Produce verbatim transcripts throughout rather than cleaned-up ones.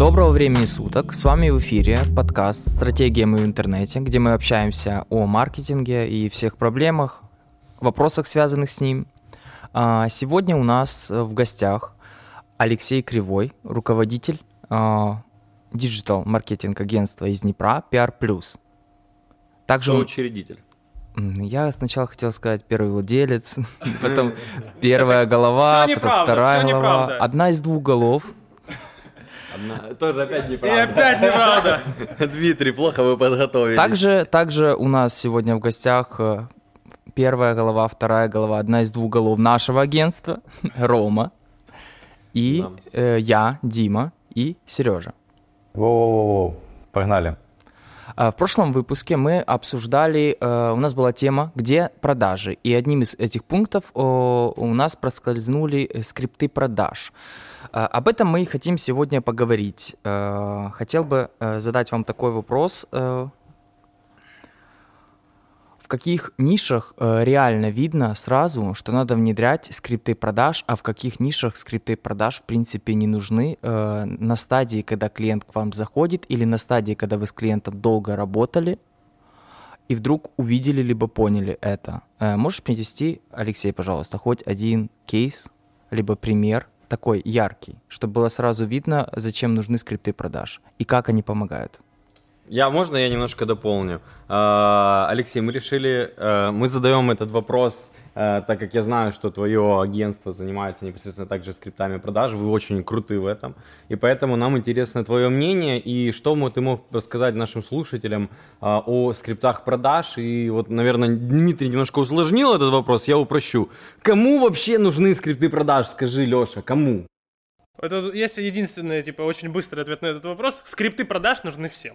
Доброго времени суток, с вами в эфире подкаст «Стратегия мы в интернете», где мы общаемся о маркетинге и всех проблемах, вопросах, связанных с ним. Сегодня у нас в гостях Алексей Кривой, руководитель диджитал-маркетинг-агентства из Днепра пи ар плюс. Также соучредитель. Я сначала хотел сказать первый владелец, потом первая голова, потом вторая голова. Одна из двух голов. Одна, тоже опять неправда. И опять неправда. Дмитрий, плохо вы подготовились. Также, также у нас сегодня в гостях первая голова, вторая голова, одна из двух голов нашего агентства, Рома, и э, я, Дима, и Сережа. Воу-воу-воу, погнали. В прошлом выпуске мы обсуждали, у нас была тема «Где продажи?», и одним из этих пунктов у нас проскользнули скрипты продаж. Об этом мы и хотим сегодня поговорить. Хотел бы задать вам такой вопрос. В каких нишах реально видно сразу, что надо внедрять скрипты продаж, а в каких нишах скрипты продаж в принципе не нужны на стадии, когда клиент к вам заходит, или на стадии, когда вы с клиентом долго работали и вдруг увидели либо поняли это? Можешь привести, Алексей, пожалуйста, хоть один кейс, либо пример такой яркий, чтобы было сразу видно, зачем нужны скрипты продаж и как они помогают? Я, можно я немножко дополню? Uh, Алексей, мы решили, uh, мы задаем этот вопрос, uh, так как я знаю, что твое агентство занимается непосредственно также скриптами продаж, вы очень круты в этом, и поэтому нам интересно твое мнение, и что ты мог рассказать нашим слушателям uh, о скриптах продаж, и вот, наверное, Дмитрий немножко усложнил этот вопрос, я упрощу. Кому вообще нужны скрипты продаж, скажи, Леша, кому? Это есть единственный, типа, очень быстрый ответ на этот вопрос. Скрипты продаж нужны всем.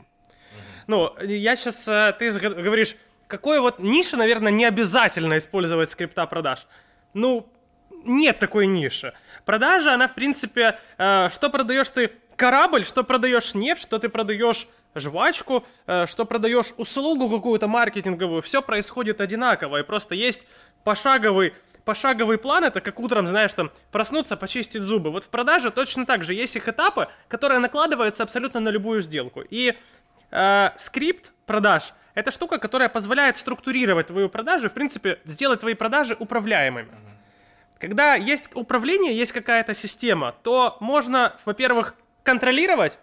Ну, я сейчас, ты говоришь, какой вот нише, наверное, не обязательно использовать скрипта продаж. Ну, нет такой ниши. Продажа, она, в принципе, что продаешь ты корабль, что продаешь нефть, что ты продаешь жвачку, что продаешь услугу какую-то маркетинговую, все происходит одинаково. И просто есть пошаговый, пошаговый план, это как утром, знаешь, там, проснуться, почистить зубы. Вот в продаже точно так же есть их этапы, которые накладываются абсолютно на любую сделку. И Uh, скрипт продаж – это штука, которая позволяет структурировать твою продажу, в принципе, сделать твои продажи управляемыми. Uh-huh. Когда есть управление, есть какая-то система, то можно, во-первых, контролировать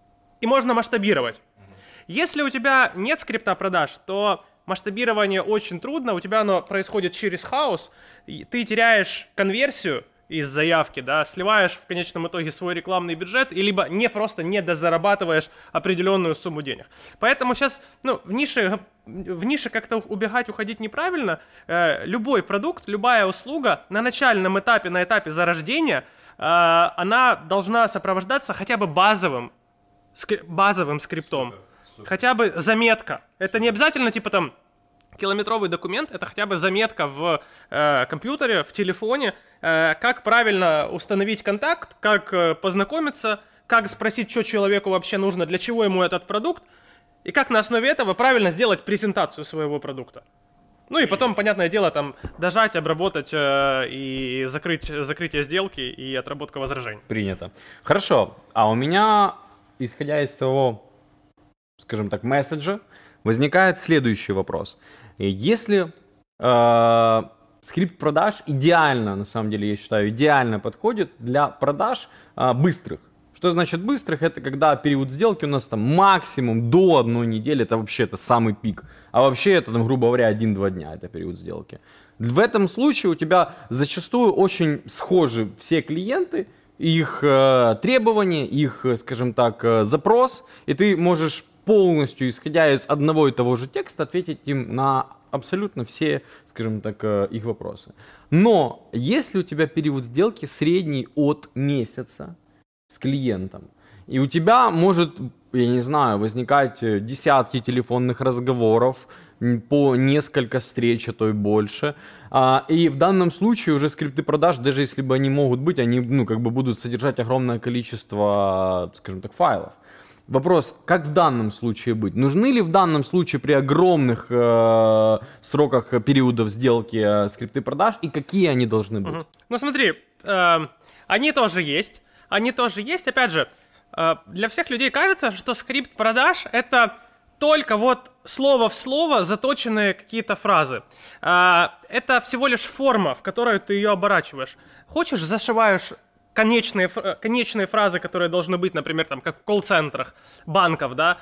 и можно масштабировать. Uh-huh. Если у тебя нет скрипта продаж, то масштабирование очень трудно, у тебя оно происходит через хаос, ты теряешь конверсию из заявки, да, сливаешь в конечном итоге свой рекламный бюджет, и либо не просто не дозарабатываешь определенную сумму денег. Поэтому сейчас, ну, в нише, в нише как-то убегать, уходить неправильно. Э, любой продукт, любая услуга на начальном этапе, на этапе зарождения, э, она должна сопровождаться хотя бы базовым, скри- базовым скриптом. Супер, супер. Хотя бы заметка. Это не обязательно, типа там, километровый документ, это хотя бы заметка в э, компьютере, в телефоне, э, как правильно установить контакт, как э, познакомиться, как спросить, что человеку вообще нужно, для чего ему этот продукт, и как на основе этого правильно сделать презентацию своего продукта. Ну и потом, понятное дело, там дожать, обработать э, и закрыть закрытие сделки и отработка возражений. Принято. Хорошо. А у меня, исходя из того, скажем так, месседжа, возникает следующий вопрос. Если э, скрипт продаж идеально, на самом деле, я считаю, идеально подходит для продаж э, быстрых. Что значит быстрых? Это когда период сделки у нас там максимум до одной недели, это вообще это самый пик. А вообще это, там, грубо говоря, один-два дня, это период сделки. В этом случае у тебя зачастую очень схожи все клиенты, их э, требования, их, скажем так, э, запрос, и ты можешь полностью, исходя из одного и того же текста, ответить им на абсолютно все, скажем так, их вопросы. Но если у тебя период сделки средний от месяца с клиентом, и у тебя может, я не знаю, возникать десятки телефонных разговоров, по несколько встреч, а то и больше. И в данном случае уже скрипты продаж, даже если бы они могут быть, они, ну, как бы будут содержать огромное количество, скажем так, файлов. Вопрос, как в данном случае быть? Нужны ли в данном случае при огромных э, сроках периодов сделки э, скрипты продаж и какие они должны быть? Угу. Ну смотри, э, они тоже есть, они тоже есть, опять же, Для всех людей кажется, что скрипт продаж — это только вот слово в слово заточенные какие-то фразы. Это всего лишь форма, в которую ты ее оборачиваешь. Хочешь, зашиваешь конечные, конечные фразы, которые должны быть, например, там, как в колл-центрах банков, да,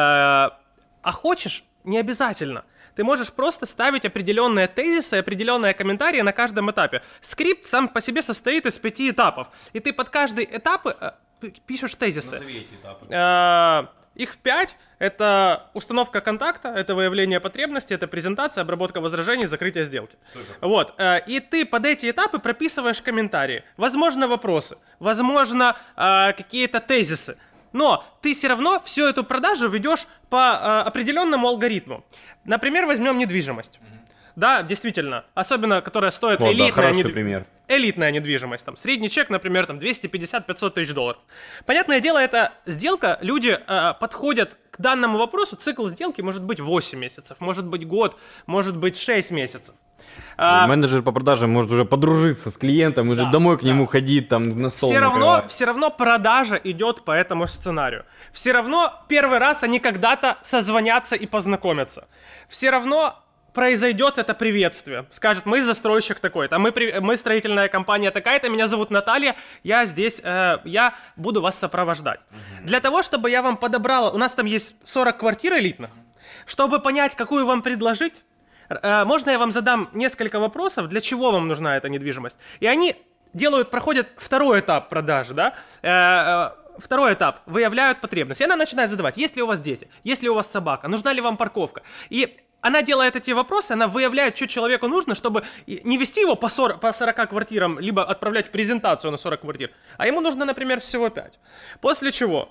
а хочешь, не обязательно. Ты можешь просто ставить определенные тезисы, определенные комментарии на каждом этапе. Скрипт сам по себе состоит из пяти этапов, и ты под каждый этап пишешь тезисы. Назови эти этапы. А, их пять. Это установка контакта, это выявление потребностей, это презентация, обработка возражений, закрытие сделки. Супер. Вот. И ты под эти этапы прописываешь комментарии. Возможно, вопросы, возможно, какие-то тезисы. Но ты все равно всю эту продажу ведешь по определенному алгоритму. Например, возьмем недвижимость. Да, действительно, особенно, которая стоит вот, элитная, да, хороший недв... пример. элитная недвижимость. Там, средний чек, например, там, двести пятьдесят - пятьсот тысяч долларов. Понятное дело, это сделка, люди э, подходят к данному вопросу, цикл сделки может быть восемь месяцев, может быть год, может быть шесть месяцев. А, менеджер по продажам может уже подружиться с клиентом, уже да, домой к да. нему ходить, там на стол все равно, накрывать. все равно продажа идет по этому сценарию. Все равно первый раз они когда-то созвонятся и познакомятся. Все равно произойдет это приветствие. Скажет, мы застройщик такой-то, мы, мы строительная компания такая-то, меня зовут Наталья, я здесь, э, я буду вас сопровождать. Mm-hmm. Для того, чтобы я вам подобрала, у нас там есть сорок квартир элитных, чтобы понять, какую вам предложить, э, можно я вам задам несколько вопросов, для чего вам нужна эта недвижимость. И они делают, проходят второй этап продажи, да, э, э, Второй этап. Выявляют потребность. И она начинает задавать, есть ли у вас дети, есть ли у вас собака, нужна ли вам парковка. И она делает эти вопросы, она выявляет, что человеку нужно, чтобы не вести его по сорок, по сорока квартирам, либо отправлять презентацию на сорок квартир, а ему нужно, например, всего пять. После чего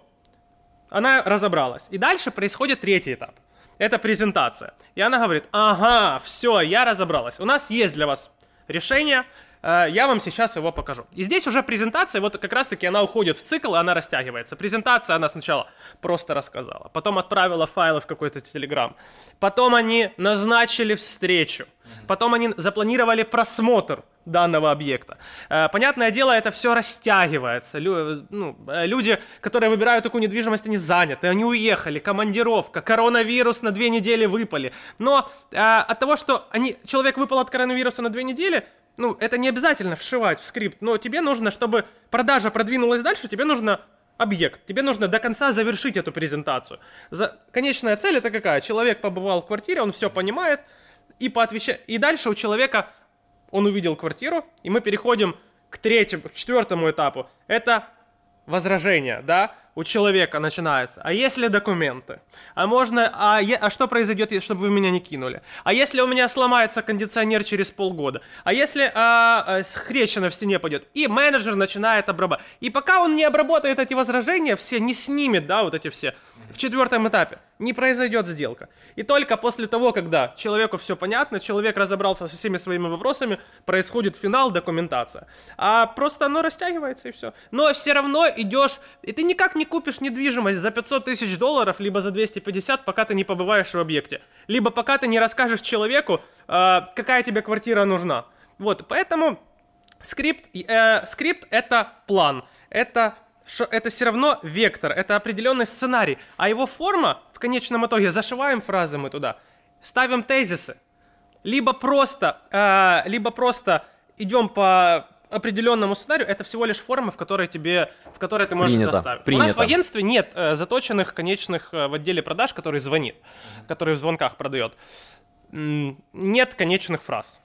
она разобралась. И дальше происходит третий этап. Это презентация. И она говорит, ага, все, я разобралась. У нас есть для вас решение, я вам сейчас его покажу. И здесь уже презентация, вот как раз-таки она уходит в цикл, она растягивается. Презентация она сначала просто рассказала, потом отправила файлы в какой-то телеграм, потом они назначили встречу, потом они запланировали просмотр данного объекта. Понятное дело, это все растягивается. Лю, ну, люди, которые выбирают такую недвижимость, они заняты, они уехали, командировка, коронавирус на две недели выпали. Но э, от того, что они, человек выпал от коронавируса на две недели, ну, это не обязательно вшивать в скрипт, но тебе нужно, чтобы продажа продвинулась дальше, тебе нужно объект, тебе нужно до конца завершить эту презентацию. За... Конечная цель это какая? Человек побывал в квартире, он все понимает, и, поотвеча... и дальше у человека, он увидел квартиру, и мы переходим к третьему, к четвертому этапу. Это возражение, да, у человека начинается. А если документы? А можно, а, е, а что произойдет, чтобы вы меня не кинули? А если у меня сломается кондиционер через полгода? А если а, а, хрещина в стене пойдет? И менеджер начинает обрабатывать. И пока он не обработает эти возражения, все не снимет, да, вот эти все, в четвертом этапе не произойдет сделка. И только после того, когда человеку все понятно, человек разобрался со всеми своими вопросами, происходит финал, документация. А просто оно растягивается и все. Но все равно идешь, и ты никак не купишь недвижимость за пятьсот тысяч долларов, либо за двести пятьдесят, пока ты не побываешь в объекте. Либо пока ты не расскажешь человеку, э, какая тебе квартира нужна. Вот, поэтому скрипт, э, скрипт это план, это... Что это все равно вектор, это определенный сценарий, а его форма в конечном итоге зашиваем фразы мы туда, ставим тезисы, либо просто, э, либо просто идем по определенному сценарию, это всего лишь форма, в которой тебе, в которой ты можешь Принято, доставить. принято. У нас в агентстве нет э, заточенных конечных э, в отделе продаж, который звонит, mm-hmm. который в звонках продает, м- нет конечных фраз,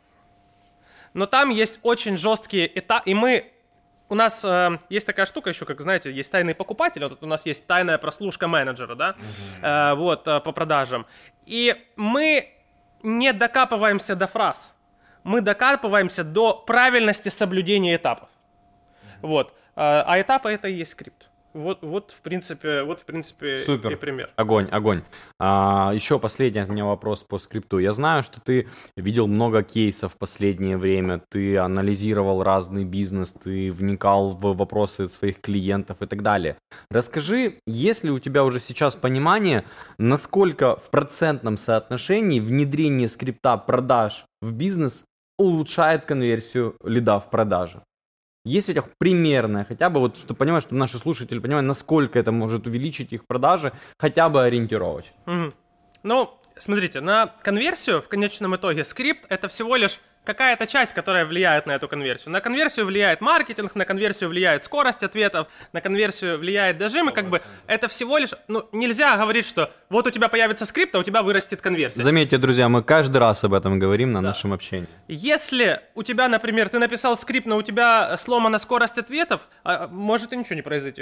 но там есть очень жесткие этапы, и мы У нас э, есть такая штука еще, как, знаете, есть тайный покупатель, вот у нас есть тайная прослушка менеджера, да, uh-huh. э, вот, э, по продажам. И мы не докапываемся до фраз, мы докапываемся до правильности соблюдения этапов. Uh-huh. Вот, э, а этапы это и есть скрипт. Вот, вот, в принципе, вот, в принципе, Супер. И пример. Огонь, огонь. А, еще последний от меня вопрос по скрипту. Я знаю, что ты видел много кейсов в последнее время, ты анализировал разный бизнес, ты вникал в вопросы своих клиентов и так далее. Расскажи, есть ли у тебя уже сейчас понимание, насколько в процентном соотношении внедрение скрипта продаж в бизнес улучшает конверсию лида в продажи? Есть у тебя примерное, хотя бы, вот, чтобы понимать, чтобы наши слушатели понимали, насколько это может увеличить их продажи, хотя бы ориентировочно. Угу. Ну, смотрите, на конверсию в конечном итоге скрипт — это всего лишь какая-то часть, которая влияет на эту конверсию. На конверсию влияет маркетинг, на конверсию влияет скорость ответов, на конверсию влияет дожим, и как бы это всего лишь, ну, нельзя говорить, что вот у тебя появится скрипт, а у тебя вырастет конверсия. Заметьте, друзья, мы каждый раз об этом говорим на да. нашем общении. Если у тебя, например, ты написал скрипт, но у тебя сломана скорость ответов, может и ничего не произойти.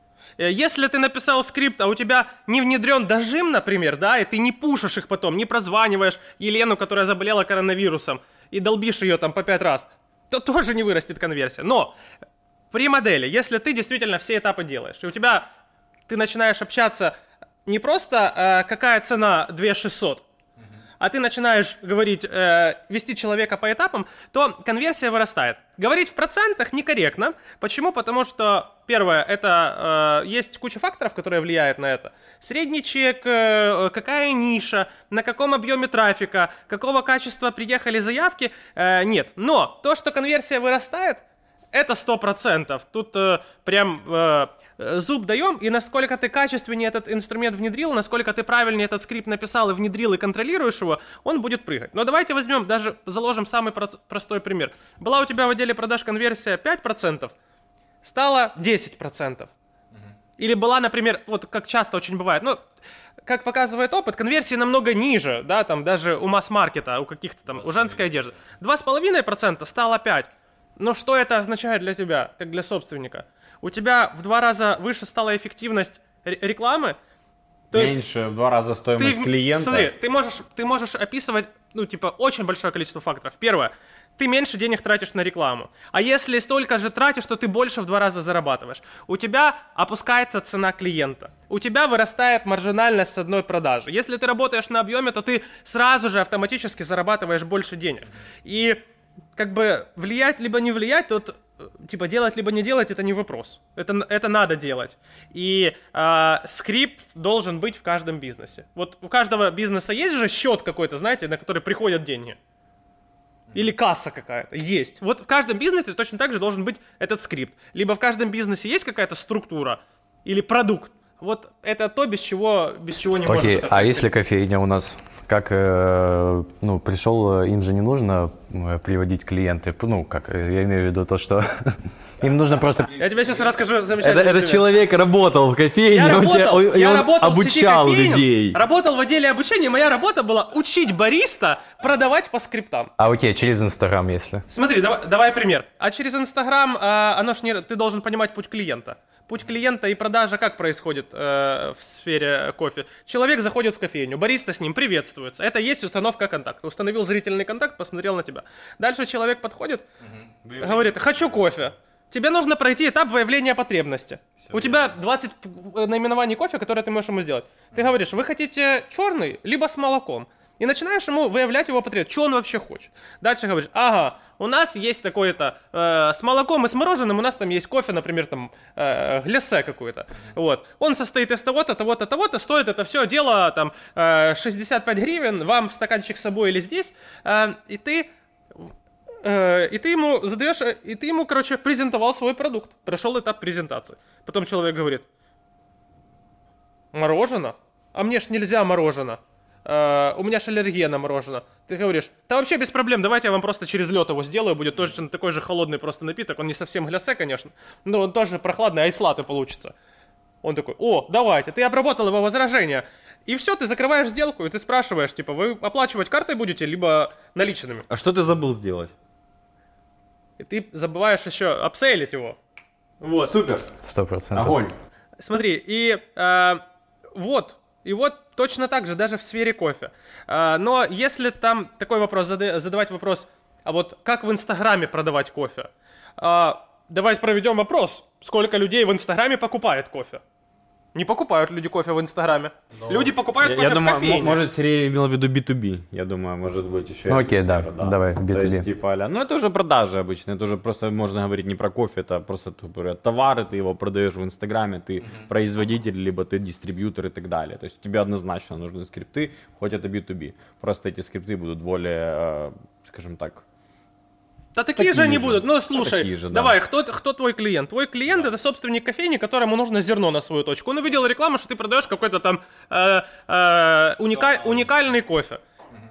Если ты написал скрипт, а у тебя не внедрен дожим, например, да, и ты не пушишь их потом, не прозваниваешь Елену, которая заболела коронавирусом, и долбишь ее там по пять раз, то тоже не вырастет конверсия. Но при модели, если ты действительно все этапы делаешь, и у тебя, ты начинаешь общаться не просто э, какая цена две тысячи шестьсот, а ты начинаешь говорить, э, вести человека по этапам, то конверсия вырастает. Говорить в процентах некорректно. Почему? Потому что, первое, это э, есть куча факторов, которые влияют на это. Средний чек, э, какая ниша, на каком объеме трафика, какого качества приехали заявки, э, нет. Но то, что конверсия вырастает, это сто процентов. Тут э, прям э, зуб даем, и насколько ты качественнее этот инструмент внедрил, насколько ты правильнее этот скрипт написал и внедрил, и контролируешь его, он будет прыгать. Но давайте возьмем, даже заложим самый про- простой пример. Была у тебя в отделе продаж конверсия пять процентов, стала десять процентов. Или была, например, вот как часто очень бывает, ну, как показывает опыт, конверсии намного ниже, да, там даже у масс-маркета, у каких-то там, у женской одежды. два с половиной процента стало пять процентов. Но что это означает для тебя, как для собственника? У тебя в два раза выше стала эффективность р- рекламы. То Меньше, есть в два раза стоимость ты, клиента. Смотри, ты можешь, ты можешь описывать, ну, типа, очень большое количество факторов. Первое, ты меньше денег тратишь на рекламу. А если столько же тратишь, то ты больше в два раза зарабатываешь. У тебя опускается цена клиента. У тебя вырастает маржинальность с одной продажи. Если ты работаешь на объеме, то ты сразу же автоматически зарабатываешь больше денег. И как бы влиять либо не влиять, тут типа делать либо не делать, это не вопрос. Это, это надо делать. И э, скрипт должен быть в каждом бизнесе. Вот у каждого бизнеса есть же счет какой-то, знаете, на который приходят деньги. Или касса какая-то. Есть. Вот в каждом бизнесе точно так же должен быть этот скрипт. Либо в каждом бизнесе есть какая-то структура или продукт. Вот это то, без чего, без чего не можно. Окей, а если кофейня у нас? Как, э, ну, пришел, им же не нужно приводить клиенты, ну, как, я имею в виду то, что им нужно просто... Я тебе сейчас расскажу замечательно. Это, этот человек работал в кофейне, я он, работал, тебя, я он работал обучал в сети людей. Работал в отделе обучения, моя работа была учить бариста продавать по скриптам. А окей, через Инстаграм, если? Смотри, давай, давай пример. А через Инстаграм, а, оно ж не, ты должен понимать путь клиента. Путь клиента и продажа как происходит э, в сфере кофе? Человек заходит в кофейню, бариста с ним приветствуется. Это есть установка контакта. Установил зрительный контакт, посмотрел на тебя. Дальше человек подходит, угу. говорит, хочу кофе. Тебе нужно пройти этап выявления потребности. Все У тебя двадцать наименований кофе, которые ты можешь ему сделать. Ты говоришь, вы хотите черный, либо с молоком. И начинаешь ему выявлять его потребность, что он вообще хочет. Дальше говоришь, ага, у нас есть такое-то э, с молоком и с мороженым, у нас там есть кофе, например, там э, глясе какой-то. Вот. Он состоит из того-то, того-то, того-то, стоит это все дело там э, шестьдесят пять гривен, вам в стаканчик с собой или здесь. Э, и ты... И ты ему задаешь, и ты ему, короче, презентовал свой продукт. Прошел этап презентации. Потом человек говорит, мороженое? А мне ж нельзя мороженое. Uh, у меня ж аллергия на мороженое. Ты говоришь, да вообще без проблем, давайте я вам просто через лед его сделаю, будет точно такой же холодный просто напиток, он не совсем глясе, конечно, но он тоже прохладный, айслаты получится. Он такой, о, давайте, ты обработал его возражение. И все, ты закрываешь сделку, и ты спрашиваешь, типа, вы оплачивать картой будете, либо наличными. А что ты забыл сделать? И ты забываешь еще апсейлить его. Вот. Супер. Сто процентов. Огонь. Смотри, и э, вот, и вот точно так же, даже в сфере кофе. Э, но если там такой вопрос, зада- задавать вопрос, а вот как в Инстаграме продавать кофе? Э, давайте проведем опрос, сколько людей в Инстаграме покупает кофе? Не покупают люди кофе в Инстаграме. Но люди покупают я, кофе я в думаю, кофейне. м- может, Сергей имел в виду би ту би. Я думаю, может быть, еще... Ну, окей, да, да, давай, би ту би. То есть, типа, а-ля, ну, это уже продажи обычно. Это уже просто можно говорить не про кофе, это просто товары, ты его продаешь в Инстаграме, ты mm-hmm. производитель, либо ты дистрибьютор и так далее. То есть тебе однозначно нужны скрипты, хоть это би ту би. Просто эти скрипты будут более, скажем так, Да такие, такие же они же. будут. Ну, слушай, же, да. давай, кто, кто твой клиент? Твой клиент — это собственник кофейни, которому нужно зерно на свою точку. Он увидел рекламу, что ты продаешь какой-то там э, э, уника- уникальный кофе.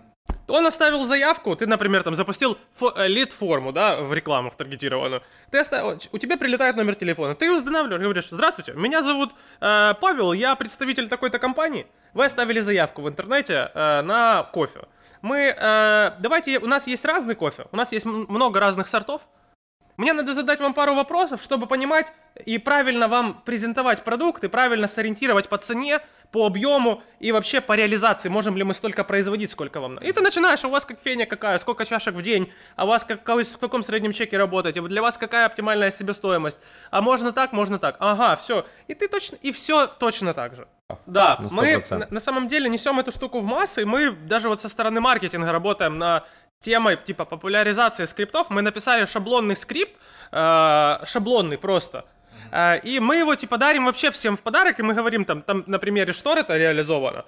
Он оставил заявку, ты, например, там запустил фо- лид-форму, да, в рекламу, в таргетированную. Ты оставил, у тебя прилетает номер телефона, ты устанавливаешь, говоришь: здравствуйте, меня зовут э, Павел, я представитель такой-то компании. Вы оставили заявку в интернете э, на кофе. Мы, э, давайте, у нас есть разный кофе, у нас есть м- много разных сортов. Мне надо задать вам пару вопросов, чтобы понимать и правильно вам презентовать продукт, и правильно сориентировать по цене, по объему и вообще по реализации. Можем ли мы столько производить, сколько вам надо. И ты начинаешь, у вас кофейня какая, сколько чашек в день, а у вас как, в каком среднем чеке работаете, для вас какая оптимальная себестоимость. А можно так, можно так. Ага, все. И ты точно, и все точно так же. Да, на мы на, на самом деле несем эту штуку в массы, мы даже вот со стороны маркетинга работаем на темой типа популяризации скриптов. Мы написали шаблонный скрипт, э, шаблонный просто, э, и мы его типа дарим вообще всем в подарок, и мы говорим там, там на примере штор это реализовано.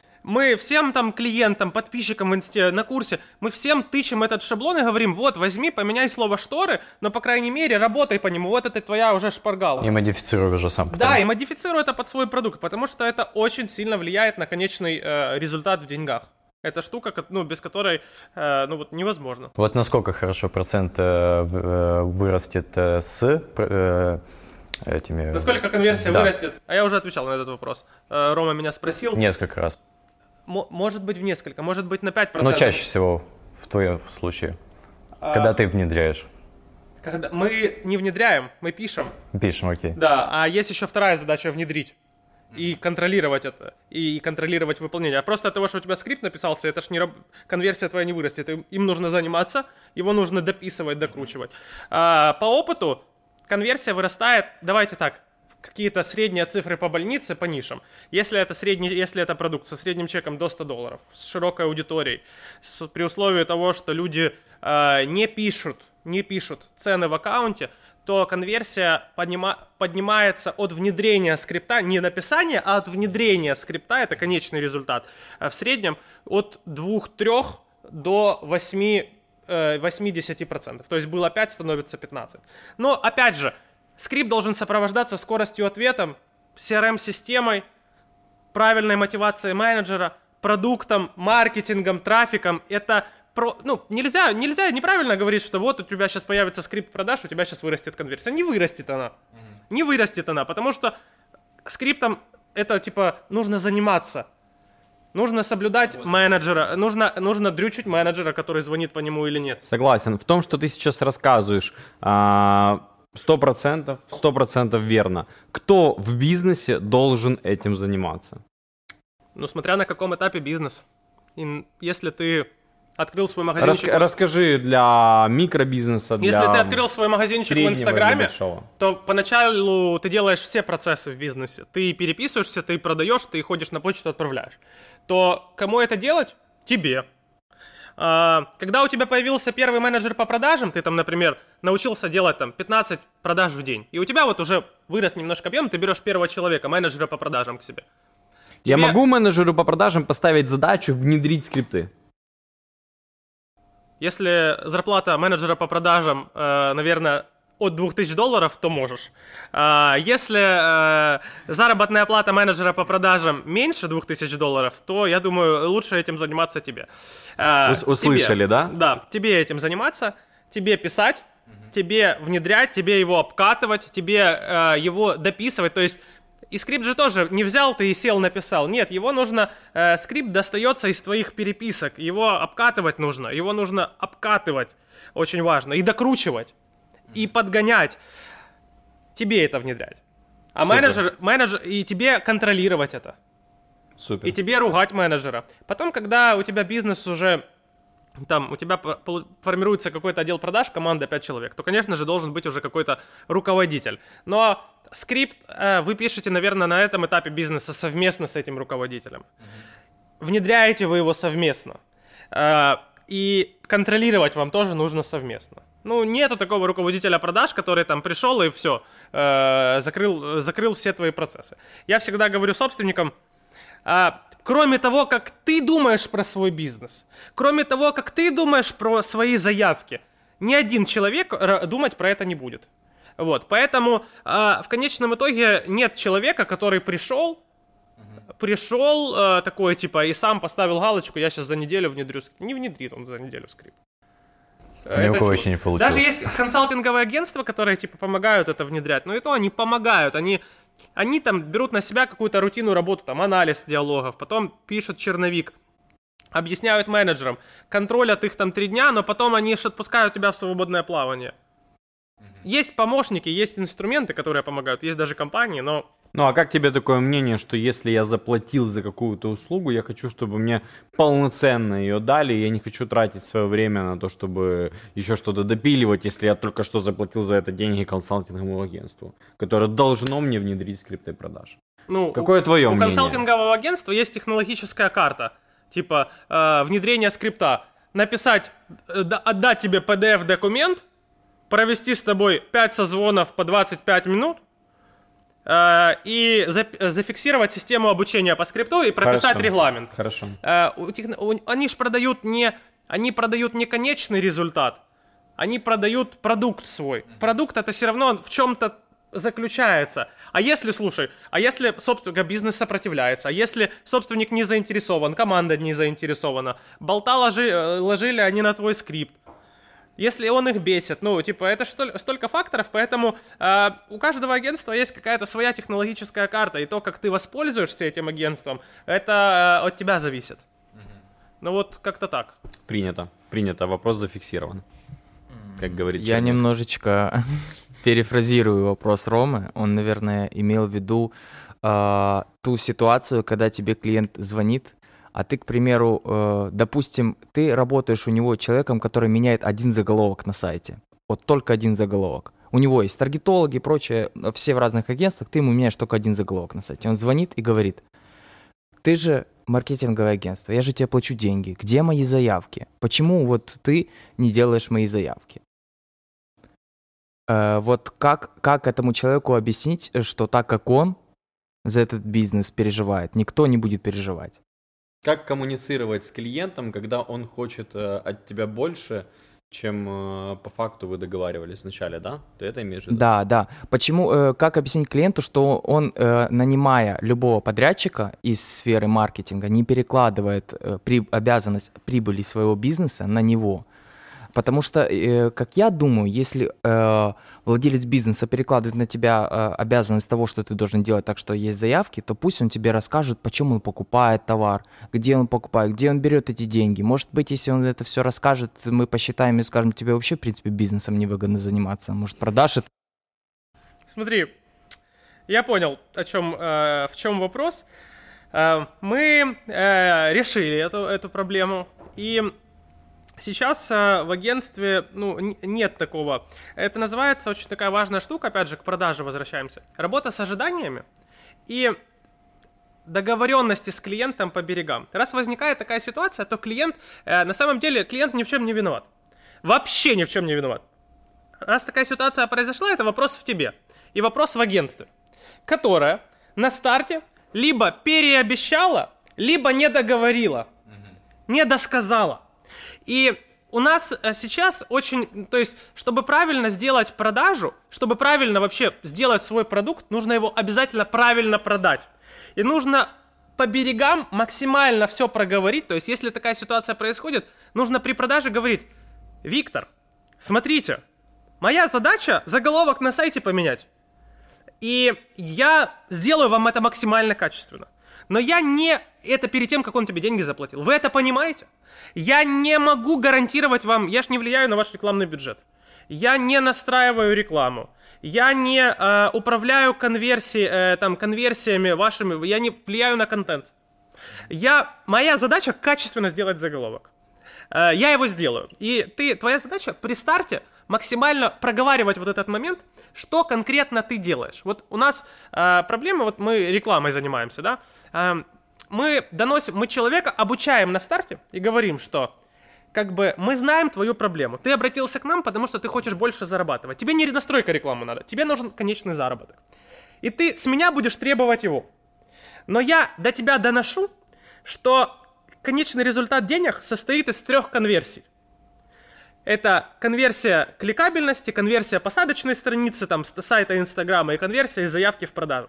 Мы всем там клиентам, подписчикам в инсте, на курсе, мы всем тычем этот шаблон и говорим: вот, возьми, поменяй слово шторы, но, по крайней мере, работай по нему, вот это твоя уже шпаргалка. И модифицируй уже сам. Да, и модифицируй это под свой продукт, потому что это очень сильно влияет на конечный э, результат в деньгах. Это штука, ну, без которой, э, ну, вот невозможно. Вот насколько хорошо процент э, вырастет э, с э, этими... Насколько конверсия да. вырастет? А я уже отвечал на этот вопрос. Э, Рома меня спросил. Несколько раз. М- может быть в несколько, может быть на пять процентов. Но чаще всего в твоем случае, а... когда ты внедряешь. Когда мы не внедряем, мы пишем. Пишем, окей. Да, а есть еще вторая задача — внедрить. И контролировать это, и контролировать выполнение. А просто от того, что у тебя скрипт написался, это ж не раб... конверсия твоя не вырастет. Им нужно заниматься, его нужно дописывать, докручивать. А, по опыту конверсия вырастает, давайте так, какие-то средние цифры по больнице, по нишам. Если это, средний, если это продукт со средним чеком до ста долларов, с широкой аудиторией, с, при условии того, что люди а, не пишут, не пишут цены в аккаунте, то конверсия поднима, поднимается от внедрения скрипта, не написания, а от внедрения скрипта, это конечный результат, в среднем от двух-трёх до восьми-десяти процентов. То есть было пять, становится пятнадцать. Но опять же, скрипт должен сопровождаться скоростью ответа, си ар эм-системой, правильной мотивацией менеджера, продуктом, маркетингом, трафиком. Это Про, ну, нельзя, нельзя неправильно говорить, что вот у тебя сейчас появится скрипт продаж, у тебя сейчас вырастет конверсия. Не вырастет она. Mm-hmm. Не вырастет она, потому что скриптом это типа нужно заниматься. Нужно соблюдать вот. менеджера, нужно, нужно дрючить менеджера, который звонит по нему или нет. Согласен. В том, что ты сейчас рассказываешь, сто процентов, сто процентов верно. Кто в бизнесе должен этим заниматься? Ну, смотря на каком этапе бизнес. И если ты открыл свой магазинчик... Рас, расскажи для микробизнеса, для Если ты открыл свой магазинчик в Инстаграме, большого, то поначалу ты делаешь все процессы в бизнесе. Ты переписываешься, ты продаешь, ты ходишь на почту, отправляешь. То кому это делать? Тебе. А, когда у тебя появился первый менеджер по продажам, ты там, например, научился делать там пятнадцать продаж в день, и у тебя вот уже вырос немножко объем, ты берешь первого человека, менеджера по продажам к себе. Тебе... Я могу менеджеру по продажам поставить задачу внедрить скрипты? Если зарплата менеджера по продажам, э, наверное, от двух тысяч долларов, то можешь. А если э, заработная плата менеджера по продажам меньше двух тысяч долларов, то, я думаю, лучше этим заниматься тебе. Э, Вы услышали, тебе, да? Да, тебе этим заниматься, тебе писать, угу. тебе внедрять, тебе его обкатывать, тебе э, его дописывать. То есть и скрипт же тоже не взял ты и сел написал. Нет, его нужно, э, скрипт достается из твоих переписок, его обкатывать нужно, его нужно обкатывать, очень важно, и докручивать, и подгонять. Тебе это внедрять. А Супер. менеджер, менеджер, и тебе контролировать это. Супер. И тебе ругать менеджера. Потом, когда у тебя бизнес уже, там, у тебя формируется какой-то отдел продаж, команда пять человек, то, конечно же, должен быть уже какой-то руководитель. Но скрипт э, вы пишете, наверное, на этом этапе бизнеса совместно с этим руководителем. Mm-hmm. Внедряете вы его совместно. Э, и контролировать вам тоже нужно совместно. Ну, нету такого руководителя продаж, который там пришел и все, э, закрыл, закрыл все твои процессы. Я всегда говорю собственникам, э, кроме того, как ты думаешь про свой бизнес, кроме того, как ты думаешь про свои заявки, ни один человек думать про это не будет. Вот, поэтому э, в конечном итоге нет человека, который пришел, uh-huh. пришел э, такой типа и сам поставил галочку, я сейчас за неделю внедрю скрипт. Не внедрит он за неделю скрипт. Ни у кого еще не получилось. Даже есть консалтинговые агентства, которые типа помогают это внедрять, но и то они помогают, они, они там берут на себя какую-то рутинную работу, там анализ диалогов, потом пишут черновик, объясняют менеджерам, контролят их там три дня, но потом они отпускают тебя в свободное плавание. Есть помощники, есть инструменты, которые помогают, есть даже компании, но... Ну а как тебе такое мнение, что если я заплатил за какую-то услугу, я хочу, чтобы мне полноценно ее дали, и я не хочу тратить свое время на то, чтобы еще что-то допиливать, если я только что заплатил за это деньги консалтинговому агентству, которое должно мне внедрить скрипты продаж? Ну, Какое у, твое у мнение? У консалтингового агентства есть технологическая карта, типа э, внедрение скрипта. Написать, э, отдать тебе пи ди эф-документ, провести с тобой пять созвонов по двадцать пять минут э, и за, зафиксировать систему обучения по скрипту и прописать Хорошо. регламент. Хорошо. Э, у тех, у, они же продают не, они продают не конечный результат, они продают продукт свой. Продукт это все равно в чем-то заключается. А если, слушай, а если собственник бизнес сопротивляется, а если собственник не заинтересован, команда не заинтересована, болта ложи, ложили они на твой скрипт, если он их бесит, ну, типа, это столь, столько факторов, поэтому э, у каждого агентства есть какая-то своя технологическая карта, и то, как ты воспользуешься этим агентством, это э, от тебя зависит. Mm-hmm. Ну, вот как-то так. Принято, принято, вопрос зафиксирован, как говорит Я человек. немножечко перефразирую вопрос Ромы, он, наверное, имел в виду э, ту ситуацию, когда тебе клиент звонит, а ты, к примеру, э, допустим, ты работаешь у него человеком, который меняет один заголовок на сайте. Вот только один заголовок. У него есть таргетологи и прочее, все в разных агентствах, ты ему меняешь только один заголовок на сайте. Он звонит и говорит: ты же маркетинговое агентство, я же тебе плачу деньги, где мои заявки? Почему вот ты не делаешь мои заявки? Э, вот как, как этому человеку объяснить, что так как он за этот бизнес переживает, никто не будет переживать? Как коммуницировать с клиентом, когда он хочет э, от тебя больше, чем э, по факту вы договаривались вначале, да? Ты это имеешь в виду? Да, да. Почему, э, как объяснить клиенту, что он, э, нанимая любого подрядчика из сферы маркетинга, не перекладывает э, при, обязанность прибыли своего бизнеса на него? Потому что, э, как я думаю, если э, владелец бизнеса перекладывает на тебя э, обязанность того, что ты должен делать, так что есть заявки, то пусть он тебе расскажет, почему он покупает товар, где он покупает, где он берет эти деньги. Может быть, если он это все расскажет, мы посчитаем и скажем, тебе вообще, в принципе, бизнесом невыгодно заниматься. Может, продашь это? Смотри, я понял, о чем, э, в чем вопрос. Э, мы э, решили эту, эту проблему, и сейчас э, в агентстве ну, н- нет такого. Это называется очень такая важная штука, опять же, к продаже возвращаемся. Работа с ожиданиями и договоренности с клиентом по берегам. Раз возникает такая ситуация, то клиент, э, на самом деле, клиент ни в чем не виноват. Вообще ни в чем не виноват. Раз такая ситуация произошла, это вопрос в тебе. И вопрос в агентстве, которое на старте либо переобещала, либо не договорила, не досказала. И у нас сейчас очень, то есть, чтобы правильно сделать продажу, чтобы правильно вообще сделать свой продукт, нужно его обязательно правильно продать. И нужно по берегам максимально все проговорить. То есть, если такая ситуация происходит, нужно при продаже говорить: Виктор, смотрите, моя задача заголовок на сайте поменять. И я сделаю вам это максимально качественно. Но я не... Это перед тем, как он тебе деньги заплатил. Вы это понимаете? Я не могу гарантировать вам... Я ж не влияю на ваш рекламный бюджет. Я не настраиваю рекламу. Я не э, управляю конверсии, э, там, конверсиями вашими. Я не влияю на контент. Я... Моя задача качественно сделать заголовок. Э, я его сделаю. И ты, твоя задача при старте максимально проговаривать вот этот момент, что конкретно ты делаешь. Вот у нас э, проблема, вот мы рекламой занимаемся, да, э, мы доносим, мы человека обучаем на старте и говорим, что как бы мы знаем твою проблему. Ты обратился к нам, потому что ты хочешь больше зарабатывать. Тебе не настройка рекламы надо, тебе нужен конечный заработок. И ты с меня будешь требовать его. Но я до тебя доношу, что конечный результат денег состоит из трех конверсий. Это конверсия кликабельности, конверсия посадочной страницы, там, с сайта Инстаграма и конверсия из заявки в продажу.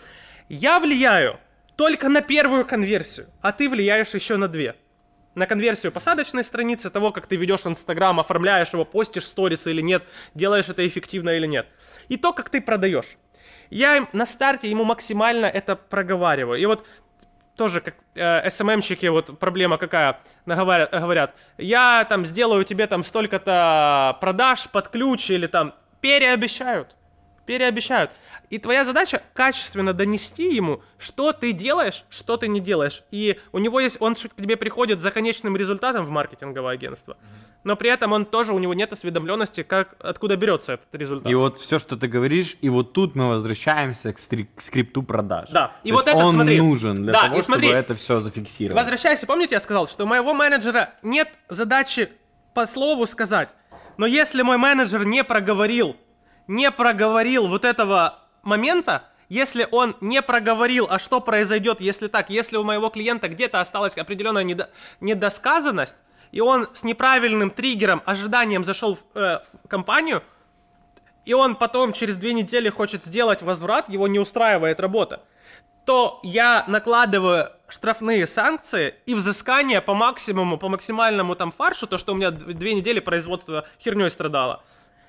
Я влияю только на первую конверсию, а ты влияешь еще на две. На конверсию посадочной страницы, того, как ты ведешь Инстаграм, оформляешь его, постишь сторисы или нет, делаешь это эффективно или нет. И то, как ты продаешь. Я на старте ему максимально это проговариваю. И вот тоже как э, эс эм эм-щики, вот проблема какая, наговорят, говорят, я там сделаю тебе там столько-то продаж под ключ или там переобещают, переобещают. И твоя задача качественно донести ему, что ты делаешь, что ты не делаешь. И у него есть, он к тебе приходит за конечным результатом в маркетинговое агентство, но при этом он тоже, у него нет осведомленности, как, откуда берется этот результат. И вот все, что ты говоришь, и вот тут мы возвращаемся к, стри- к скрипту продаж. Да, и То вот есть этот, он смотри, нужен для да, того, и смотри, чтобы это все зафиксировать. Возвращайся, помните, я сказал, что у моего менеджера нет задачи по слову сказать, но если мой менеджер не проговорил, не проговорил вот этого момента, если он не проговорил, а что произойдет, если так, если у моего клиента где-то осталась определенная недо- недосказанность, и он с неправильным триггером, ожиданием зашел в, э, в компанию, и он потом через две недели хочет сделать возврат, его не устраивает работа, то я накладываю штрафные санкции и взыскание по максимуму, по максимальному там фаршу, то, что у меня две недели производства херней страдало,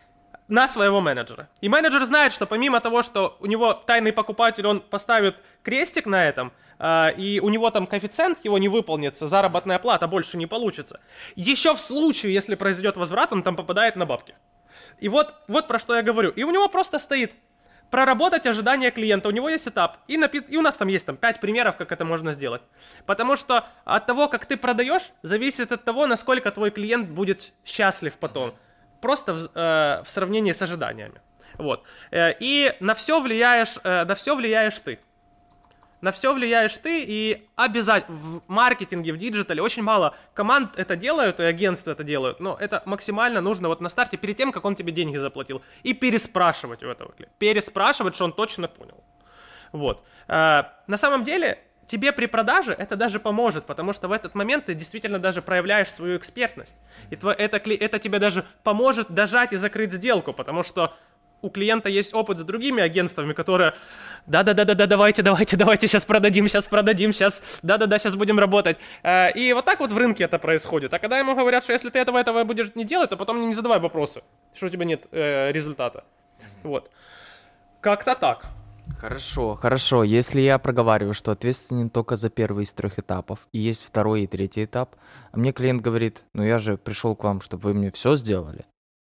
на своего менеджера. И менеджер знает, что помимо того, что у него тайный покупатель, он поставит крестик на этом, э, и у него там коэффициент его не выполнится, заработная плата больше не получится. Еще в случае, если произойдет возврат, он там попадает на бабки. И вот, вот про что я говорю. И у него просто стоит проработать ожидания клиента. У него есть этап. И, напи- и у нас там есть там, пять примеров, как это можно сделать. Потому что от того, как ты продаешь, зависит от того, насколько твой клиент будет счастлив потом. Просто в, э, в сравнении с ожиданиями. Вот. Э, и на все влияешь, э, на все влияешь ты. На все влияешь ты, и обязательно в маркетинге, в диджитале очень мало команд это делают, и агентства это делают, но это максимально нужно вот на старте, перед тем, как он тебе деньги заплатил, и переспрашивать у этого клиента. Переспрашивать, что он точно понял. Вот. Э, на самом деле, тебе при продаже это даже поможет, потому что в этот момент ты действительно даже проявляешь свою экспертность. И тво, это, это тебе даже поможет дожать и закрыть сделку, потому что у клиента есть опыт с другими агентствами, которые да-да-да-да, давайте, давайте, давайте, сейчас продадим, сейчас продадим, сейчас, да-да-да, сейчас будем работать. И вот так вот в рынке это происходит. А когда ему говорят, что если ты этого, этого будешь не делать, то потом не задавай вопросы, что у тебя нет э, результата. Вот. Как-то так. Хорошо, хорошо. Если я проговариваю, что ответственен только за первый из трех этапов, и есть второй и третий этап, а мне клиент говорит, ну я же пришел к вам, чтобы вы мне все сделали.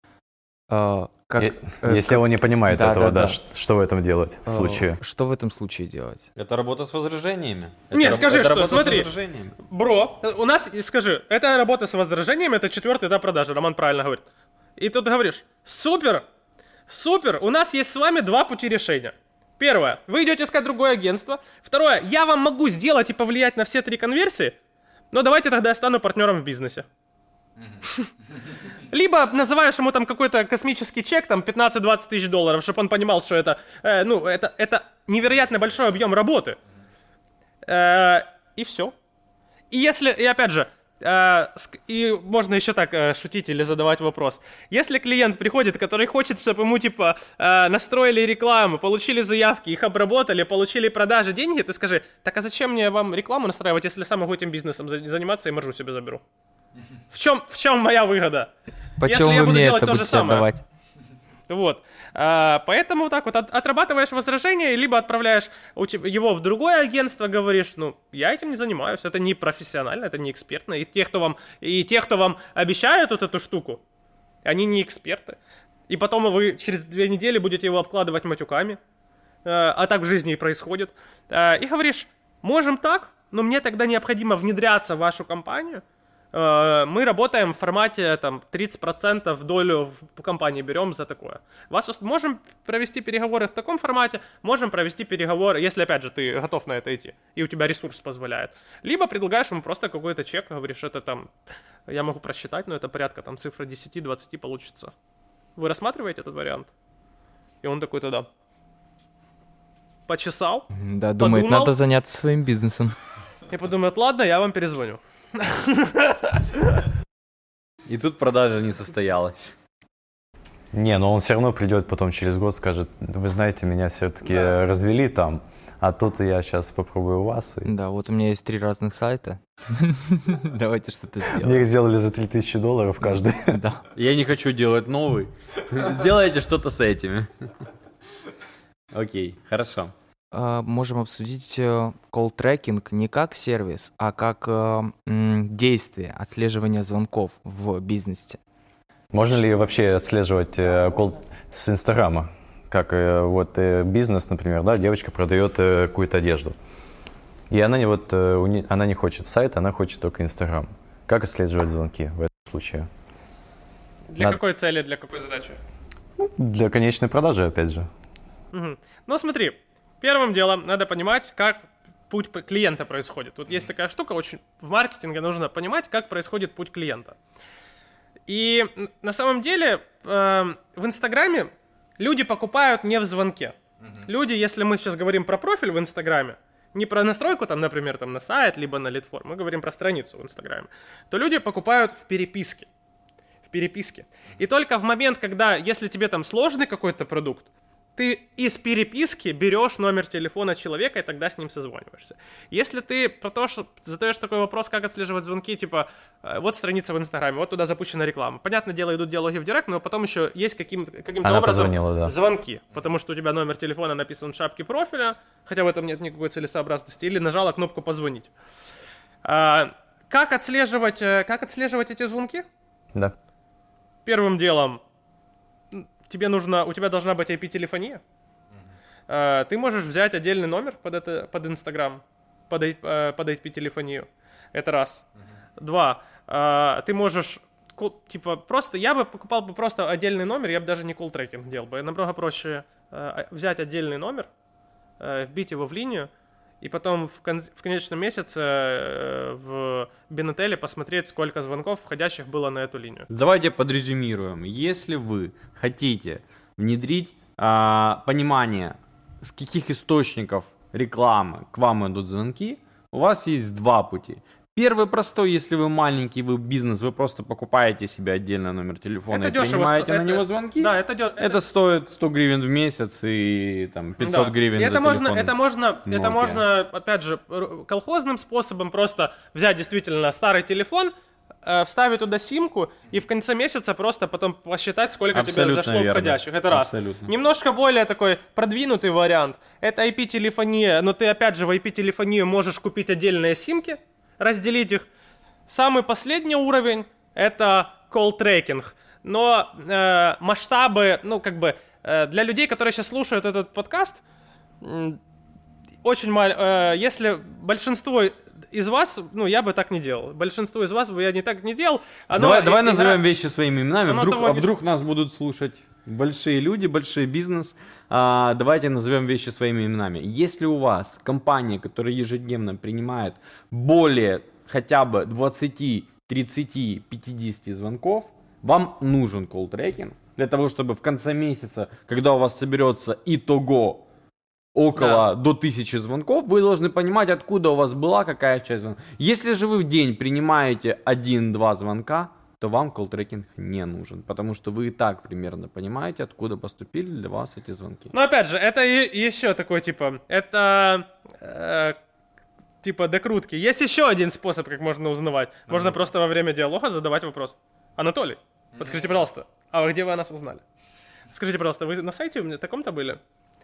А, как, Е- э, Если как... он не понимает Да, этого, да, да, да. ш- что в этом делать в А, случае? Что в этом случае делать? Это работа с возражениями. Не, это, скажи, это что, работа смотри. с возражениями. Бро, у нас, скажи, это работа с возражениями, это четвертый этап продажи, Роман правильно говорит. И тут говоришь, супер, супер, у нас есть с вами два пути решения. Первое, вы идете искать другое агентство. Второе, я вам могу сделать и повлиять на все три конверсии, но давайте тогда я стану партнером в бизнесе. Либо называешь ему там какой-то космический чек, там пятнадцать-двадцать тысяч долларов, чтобы он понимал, что это, э, ну, это, это невероятно большой объем работы. Э, и все. И если, и опять же, э, и можно еще так э, шутить или задавать вопрос. Если клиент приходит, который хочет, чтобы ему типа э, настроили рекламу, получили заявки, их обработали, получили продажи, деньги, ты скажи, так а зачем мне вам рекламу настраивать, если сам могу этим бизнесом заниматься и маржу себе заберу? В чем, в чем моя выгода? Почему вы мне это будете отдавать? Вот. А, поэтому вот так вот от, отрабатываешь возражение, либо отправляешь его в другое агентство, говоришь, ну, я этим не занимаюсь, это не профессионально, это не экспертно. И те, кто вам, и те, кто вам обещают вот эту штуку, они не эксперты. И потом вы через две недели будете его обкладывать матюками, а так в жизни и происходит. И говоришь, можем так, но мне тогда необходимо внедряться в вашу компанию. Мы работаем в формате там, тридцать процентов долю в компании берем за такое. Вас можем провести переговоры в таком формате, можем провести переговоры, если, опять же, ты готов на это идти, и у тебя ресурс позволяет. Либо предлагаешь ему просто какой-то чек, говоришь, это там, я могу просчитать, но это порядка там цифра десять-двадцать получится. Вы рассматриваете этот вариант? И он такой тогда почесал, Да, думает, подумал, надо заняться своим бизнесом. и подумает, ладно, я вам перезвоню. И тут продажа не состоялась. Не, но он все равно придет потом через год, скажет, вы знаете, меня все-таки Да. развели там, а тут я сейчас попробую у вас. И... Да, вот у меня есть три разных сайта. Давайте что-то Мне сделаем. их сделали за три тысячи долларов каждый. Да. Я не хочу делать новый. Сделайте что-то с этими. Окей, хорошо. А, Можем обсудить э, колл-трекинг не как сервис, а как э, м, действие, отслеживание звонков в бизнесе. Можно ли вообще отслеживать э, колл с Инстаграма? Как э, вот э, бизнес, например, да, девочка продает э, какую-то одежду. И она не, вот, э, у не- она не хочет сайт, она хочет только Инстаграм. Как отслеживать звонки в этом случае? Для Надо- какой цели, для какой задачи? Для конечной продажи, опять же. Мгм. Ну смотри, первым делом надо понимать, как путь п- клиента происходит. Тут есть такая штука, очень в маркетинге нужно понимать, как происходит путь клиента. И н- на самом деле эм, в Инстаграме люди покупают не в звонке. Люди, если мы сейчас говорим про профиль в Инстаграме, не про настройку, там, например, там, на сайт, либо на лидформ, мы говорим про страницу в Инстаграме, то люди покупают в переписке. В переписке. И только в момент, когда, если тебе там сложный какой-то продукт, ты из переписки берешь номер телефона человека и тогда с ним созваниваешься. Если ты про то, что задаешь такой вопрос, как отслеживать звонки, типа, э, вот страница в Инстаграме, вот туда запущена реклама. Понятное дело, идут диалоги в Директ, но потом еще есть каким-то, каким-то Она образом позвонила, да. звонки, потому что у тебя номер телефона написан в шапке профиля, хотя в этом нет никакой целесообразности, или нажала кнопку «Позвонить». А, как отслеживать, э, как отслеживать эти звонки? Да. Первым делом м, тебе нужно, у тебя должна быть ай пи-телефония. Э, Ты можешь взять отдельный номер под это, под Инстаграм, под, ай- э, под ай пи-телефонию. Это раз. Два. э, Ты можешь, ку- типа, просто, я бы покупал бы просто отдельный номер, я бы даже не колл-трекинг делал бы. Намного проще э, взять отдельный номер, э, вбить его в линию, и потом в, кон- в конечном месяце э, в Бинателе посмотреть, сколько звонков входящих было на эту линию. Давайте подрезюмируем. Если вы хотите внедрить а, понимание, с каких источников рекламы к вам идут звонки, у вас есть два пути. Первый простой, если вы маленький, вы бизнес, вы просто покупаете себе отдельно номер телефона Это и дешево принимаете сто- на это- него звонки. Да, это, дё- Это стоит сто гривен в месяц и там пятьсот Да. гривен И за это можно, телефон. это можно, это Nokia. можно, опять же, р- колхозным способом просто взять действительно старый телефон, э, вставить туда симку и в конце месяца просто потом посчитать, сколько тебе Абсолютно зашло верно. входящих. Это раз. Абсолютно. Немножко более такой продвинутый вариант. Это ай пи-телефония, но ты опять же в ай пи-телефонию можешь купить отдельные симки, разделить их. Самый последний уровень — это колл-трекинг. Но э, масштабы, ну, как бы, э, для людей, которые сейчас слушают этот подкаст, м, очень мало. Э, если большинство из вас, ну, я бы так не делал. Большинство из вас бы я не так не делал. Оно Давай, давай игра- назовем вещи своими именами. Оно Вдруг, того а не вдруг нас будут слушать большие люди, большой бизнес. А, давайте назовем вещи своими именами. Если у вас компания, которая ежедневно принимает более хотя бы двадцать, тридцать, пятьдесят звонков, вам нужен колл-трекинг для того, чтобы в конце месяца, когда у вас соберется итого около до тысячи звонков, вы должны понимать, откуда у вас была какая часть звонков. Если же вы в день принимаете один-два звонка, то вам колл-трекинг не нужен, потому что вы и так примерно понимаете, откуда поступили для вас эти звонки. Но опять же, это и- еще такой, типа, это э, типа докрутки. Есть еще один способ, как можно узнавать. Можно просто во время диалога задавать вопрос. Анатолий, подскажите, пожалуйста, а где вы о нас узнали? Скажите, пожалуйста, вы на сайте у меня таком-то были?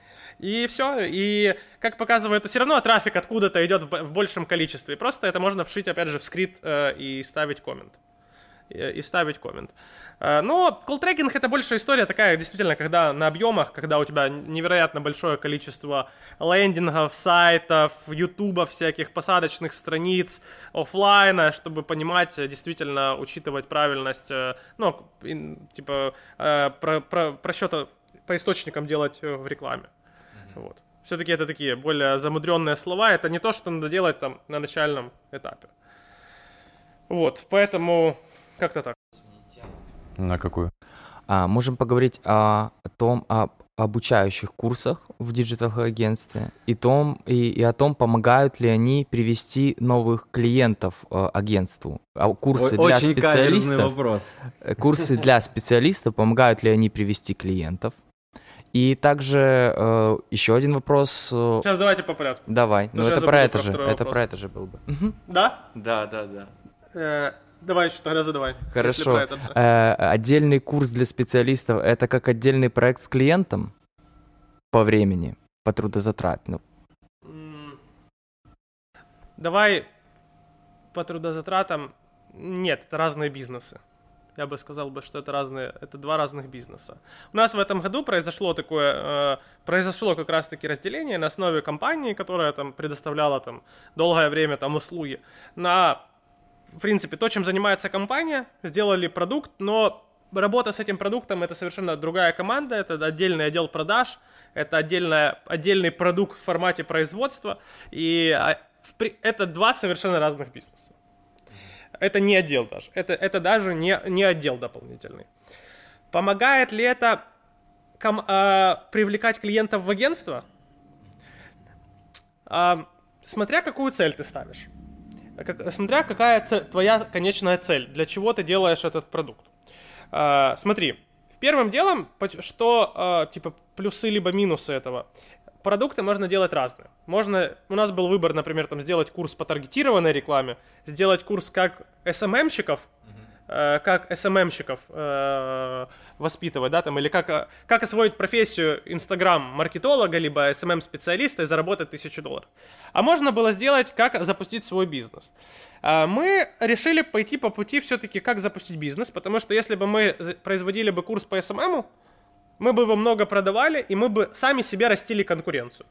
И все. И как показывает, все равно трафик откуда-то идет в, б- в большем количестве. Просто это можно вшить, опять же, в скрипт э, и ставить коммент. И, и ставить коммент. Э, но колл-трекинг — это больше история такая, действительно, когда на объемах, когда у тебя невероятно большое количество лендингов, сайтов, ютубов, всяких посадочных страниц, оффлайна, чтобы понимать, э, действительно учитывать правильность, э, ну, ин- типа, э, про, про, просчета по источникам делать э, в рекламе. Вот. Все-таки это такие более замудренные слова, это не то, что надо делать там на начальном этапе. Вот, поэтому как-то так. На какую? А, можем поговорить о, о том, о, обучающих курсах в диджитал-агентстве и, том, и, и о том, помогают ли они привести новых клиентов э, агентству. А курсы Ой, для очень специалистов, вопрос. курсы для специалистов, помогают ли они привести клиентов. И также э, еще один вопрос. Сейчас давайте по порядку. Давай, ну это про это же, это про это же был бы. Да? Да, да, да. Э, давай еще тогда задавай. Хорошо. Э, отдельный курс для специалистов — это как отдельный проект с клиентом по времени, по трудозатратам? Давай по трудозатратам. Нет, это разные бизнесы. Я бы сказал, бы, что это, разные, это два разных бизнеса. У нас в этом году произошло такое, э, произошло как раз-таки разделение на основе компании, которая там предоставляла там долгое время там услуги. На, в принципе, то, чем занимается компания, сделали продукт, но работа с этим продуктом — это совершенно другая команда, это отдельный отдел продаж, это отдельная, отдельный продукт в формате производства, и это два совершенно разных бизнеса. Это не отдел даже. Это, это даже не, не отдел дополнительный. Помогает ли это ком, э, привлекать клиентов в агентство? Э, смотря какую цель ты ставишь. Как, смотря какая цель, твоя конечная цель. Для чего ты делаешь этот продукт. Э, смотри. Первым делом, что э, типа плюсы либо минусы этого. Продукты можно делать разные. Можно, у нас был выбор, например, там, сделать курс по таргетированной рекламе, сделать курс как эс эм эм-щиков, uh-huh. э, как эс эм эм-щиков э, воспитывать, да, там, или как, э, как освоить профессию инстаграм-маркетолога, либо эс эм эм-специалиста и заработать тысячу долларов. А можно было сделать, как запустить свой бизнес. Э, мы решили пойти по пути все-таки, как запустить бизнес, потому что если бы мы производили бы курс по эс эм эм, мы бы его много продавали, и мы бы сами себе растили конкуренцию.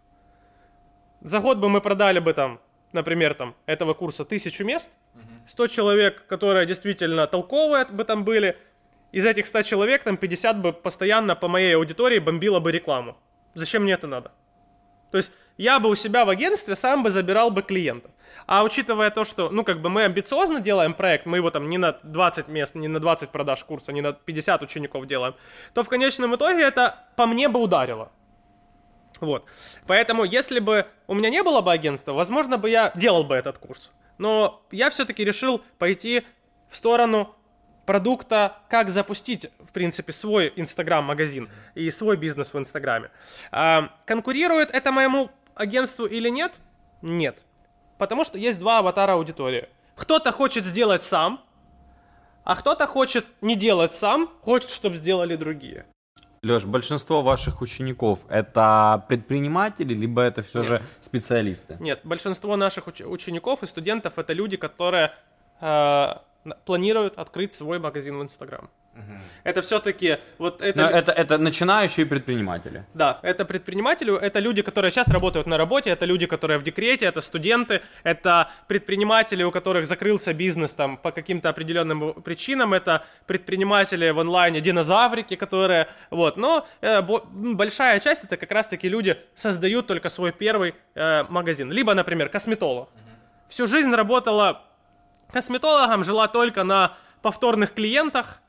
За год бы мы продали бы там, например, там, этого курса тысячу мест, сто человек, которые действительно толковые бы там были, из этих ста человек там пятьдесят бы постоянно по моей аудитории бомбило бы рекламу. Зачем мне это надо? То есть я бы у себя в агентстве сам бы забирал бы клиентов. А учитывая то, что, ну, как бы мы амбициозно делаем проект, мы его там не на двадцать мест, не на двадцать продаж курса, не на пятьдесят учеников делаем, то в конечном итоге это по мне бы ударило. Вот. Поэтому, если бы у меня не было бы агентства, возможно бы я делал бы этот курс. Но я все-таки решил пойти в сторону продукта, как запустить, в принципе, свой Инстаграм-магазин и свой бизнес в Инстаграме. А, конкурирует это моему агентству или нет? Нет. Потому что есть два аватара аудитории. Кто-то хочет сделать сам, а кто-то хочет не делать сам, хочет, чтобы сделали другие. Лёш, большинство ваших учеников — это предприниматели, либо это все Нет. же специалисты? Нет, большинство наших уч- учеников и студентов — это люди, которые э, планируют открыть свой магазин в Инстаграм. Угу. Это все-таки вот это... это... Это начинающие предприниматели. Да, это предприниматели, это люди, которые сейчас работают на работе, это люди, которые в декрете, это студенты, это предприниматели, у которых закрылся бизнес там по каким-то определенным причинам, это предприниматели в онлайне, динозаврики, которые... Вот, но э, бо, большая часть — это как раз-таки люди создают только свой первый э, магазин. Либо, например, косметолог. Угу. Всю жизнь работала косметологом, жила только на повторных клиентах.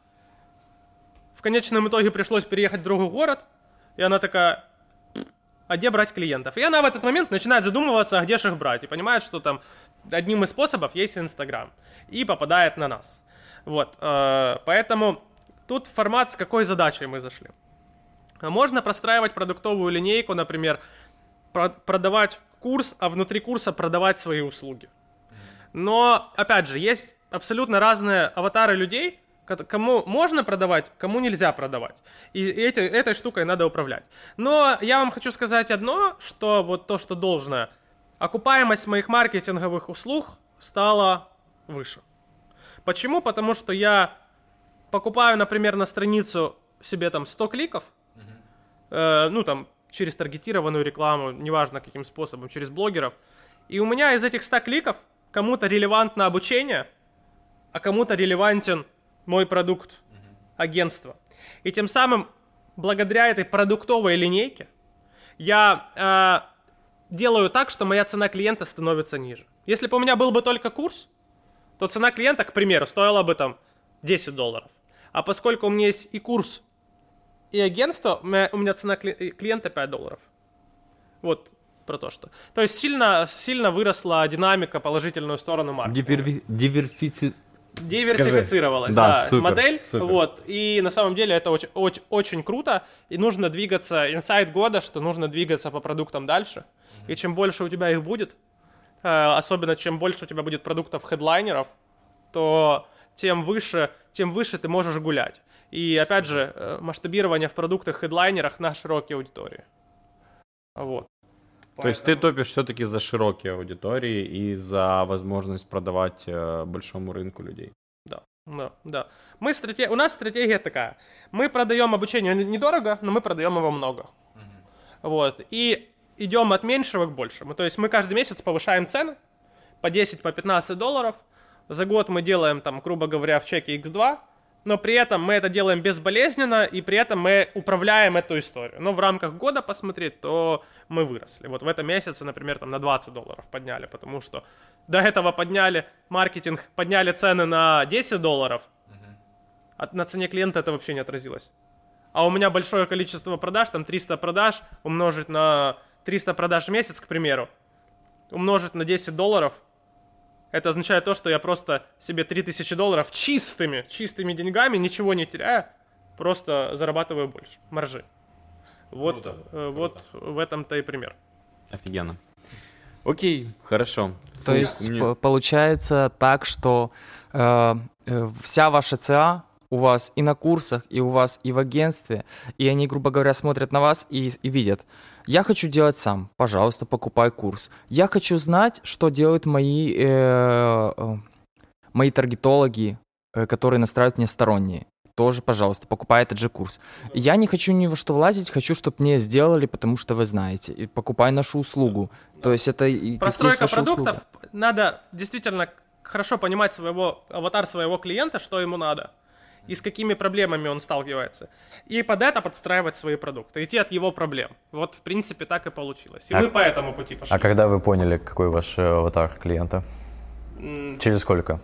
В конечном итоге пришлось переехать в другой город, и она такая, а где брать клиентов? И она в этот момент начинает задумываться, а где же их брать, и понимает, что там одним из способов есть Инстаграм, и попадает на нас. Вот, поэтому тут формат, с какой задачей мы зашли. Можно простраивать продуктовую линейку, например, продавать курс, а внутри курса продавать свои услуги. Но, опять же, есть абсолютно разные аватары людей, кому можно продавать, кому нельзя продавать. И эти, этой штукой надо управлять. Но я вам хочу сказать одно, что вот то, что должное. Окупаемость моих маркетинговых услуг стала выше. Почему? Потому что я покупаю, например, на страницу себе там сто кликов, mm-hmm. э, ну там через таргетированную рекламу, неважно каким способом, через блогеров. И у меня из этих ста кликов кому-то релевантно обучение, а кому-то релевантен мой продукт, агентство. И тем самым, благодаря этой продуктовой линейке, я э, делаю так, что моя цена клиента становится ниже. Если бы у меня был бы только курс, то цена клиента, к примеру, стоила бы там десять долларов. А поскольку у меня есть и курс, и агентство, у меня, у меня цена клиента пять долларов. Вот про то, что. То есть сильно, сильно выросла динамика в положительную сторону маркетинга. Диверфи... Диверфици... Диверсифицировалась, да, да, супер, модель. супер. Вот. И на самом деле это очень, очень, очень круто. И нужно двигаться, инсайт года, что нужно двигаться по продуктам дальше. Mm-hmm. И чем больше у тебя их будет, особенно чем больше у тебя будет продуктов-хедлайнеров, то тем выше, тем выше ты можешь гулять. И опять же, масштабирование в продуктах-хедлайнерах на широкие аудитории. Вот. То есть ты топишь все-таки за широкие аудитории и за возможность продавать э, большому рынку людей. Да, да, да. Мы стратег... У нас стратегия такая. Мы продаем обучение недорого, но мы продаем его много. Mm-hmm. Вот. И идем от меньшего к большему. То есть мы каждый месяц повышаем цены по десять, по пятнадцать долларов. За год мы делаем, там, грубо говоря, в чеке икс два. Но при этом мы это делаем безболезненно, и при этом мы управляем эту историю. Но в рамках года посмотреть, то мы выросли. Вот в этом месяце, например, там на двадцать долларов подняли, потому что до этого подняли маркетинг, подняли цены на десять долларов, а на цене клиента это вообще не отразилось. А у меня большое количество продаж, там триста продаж, умножить на триста продаж в месяц, к примеру, умножить на десять долларов, это означает то, что я просто себе три тысячи долларов чистыми, чистыми деньгами, ничего не теряя, просто зарабатываю больше, маржи. Вот, круто, э, вот круто. В этом-то и пример. Офигенно. Окей, хорошо. То Фу, есть мне... получается так, что э, э, вся ваша ЦА у вас и на курсах, и у вас, и в агентстве, и они, грубо говоря, смотрят на вас и, и видят. Я хочу делать сам, пожалуйста, покупай курс. Я хочу знать, что делают мои, э, э, мои таргетологи, э, которые настраивают мне сторонние. Тоже, пожалуйста, покупай этот же курс. Я не хочу ни во что влазить, хочу, чтобы мне сделали, потому что вы знаете. И покупай нашу услугу. То есть это и Простройка продуктов, услуга? Надо действительно хорошо понимать своего, аватар своего клиента, что ему надо. И с какими проблемами он сталкивается. И под это подстраивать свои продукты. Идти от его проблем. Вот, в принципе, так и получилось. И а, мы по этому пути пошли. А когда вы поняли, какой ваш аватар клиента? Mm. Через сколько?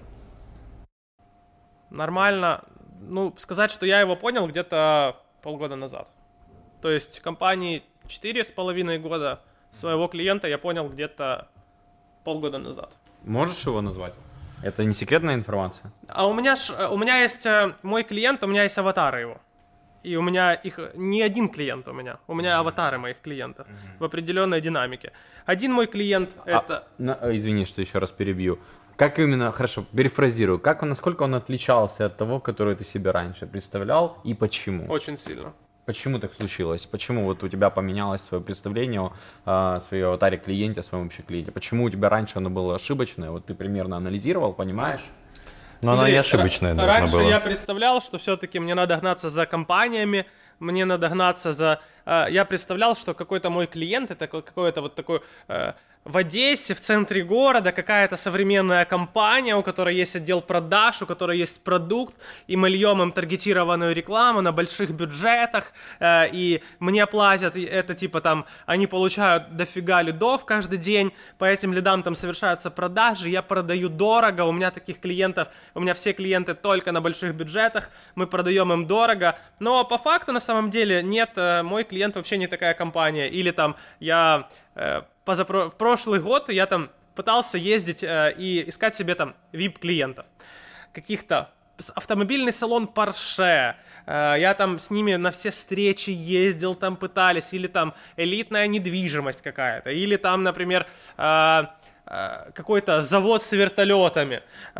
Нормально. Ну, сказать, что я его понял где-то полгода назад. То есть компании четыре с половиной года, своего клиента я понял где-то полгода назад. Можешь его назвать? Это не секретная информация? А у меня, ж, у меня есть мой клиент, у меня есть аватары его. И у меня их не один клиент у меня. У меня аватары моих клиентов mm-hmm. в определенной динамике. Один мой клиент а, это... На, извини, что еще раз перебью. Как именно, хорошо, перефразирую, как он, насколько он отличался от того, который ты себе раньше представлял и почему? Очень сильно. Почему так случилось? Почему вот у тебя поменялось свое представление о, о своей аватаре клиенте, о своем вообще клиенте? Почему у тебя раньше оно было ошибочное? Вот ты примерно анализировал, понимаешь? Но оно не ошибочное, наверное, раньше было. Я представлял, что все-таки мне надо гнаться за компаниями, мне надо гнаться за... Э, я представлял, что какой-то мой клиент, это какой-то вот такой... Э, в Одессе, в центре города, какая-то современная компания, у которой есть отдел продаж, у которой есть продукт, и мы льем им таргетированную рекламу на больших бюджетах, э, и мне платят, это типа там, они получают дофига лидов каждый день, по этим лидам там совершаются продажи, я продаю дорого, у меня таких клиентов, у меня все клиенты только на больших бюджетах, мы продаем им дорого, но по факту на самом деле нет, э, мой клиент вообще не такая компания, или там я... Э, Позапро... В прошлый год я там пытался ездить э, и искать себе там ви ай пи-клиентов. Каких-то... Автомобильный салон Porsche. Э, я там с ними на все встречи ездил, там пытались. Или там элитная недвижимость какая-то. Или там, например... Э, какой-то завод с вертолетами,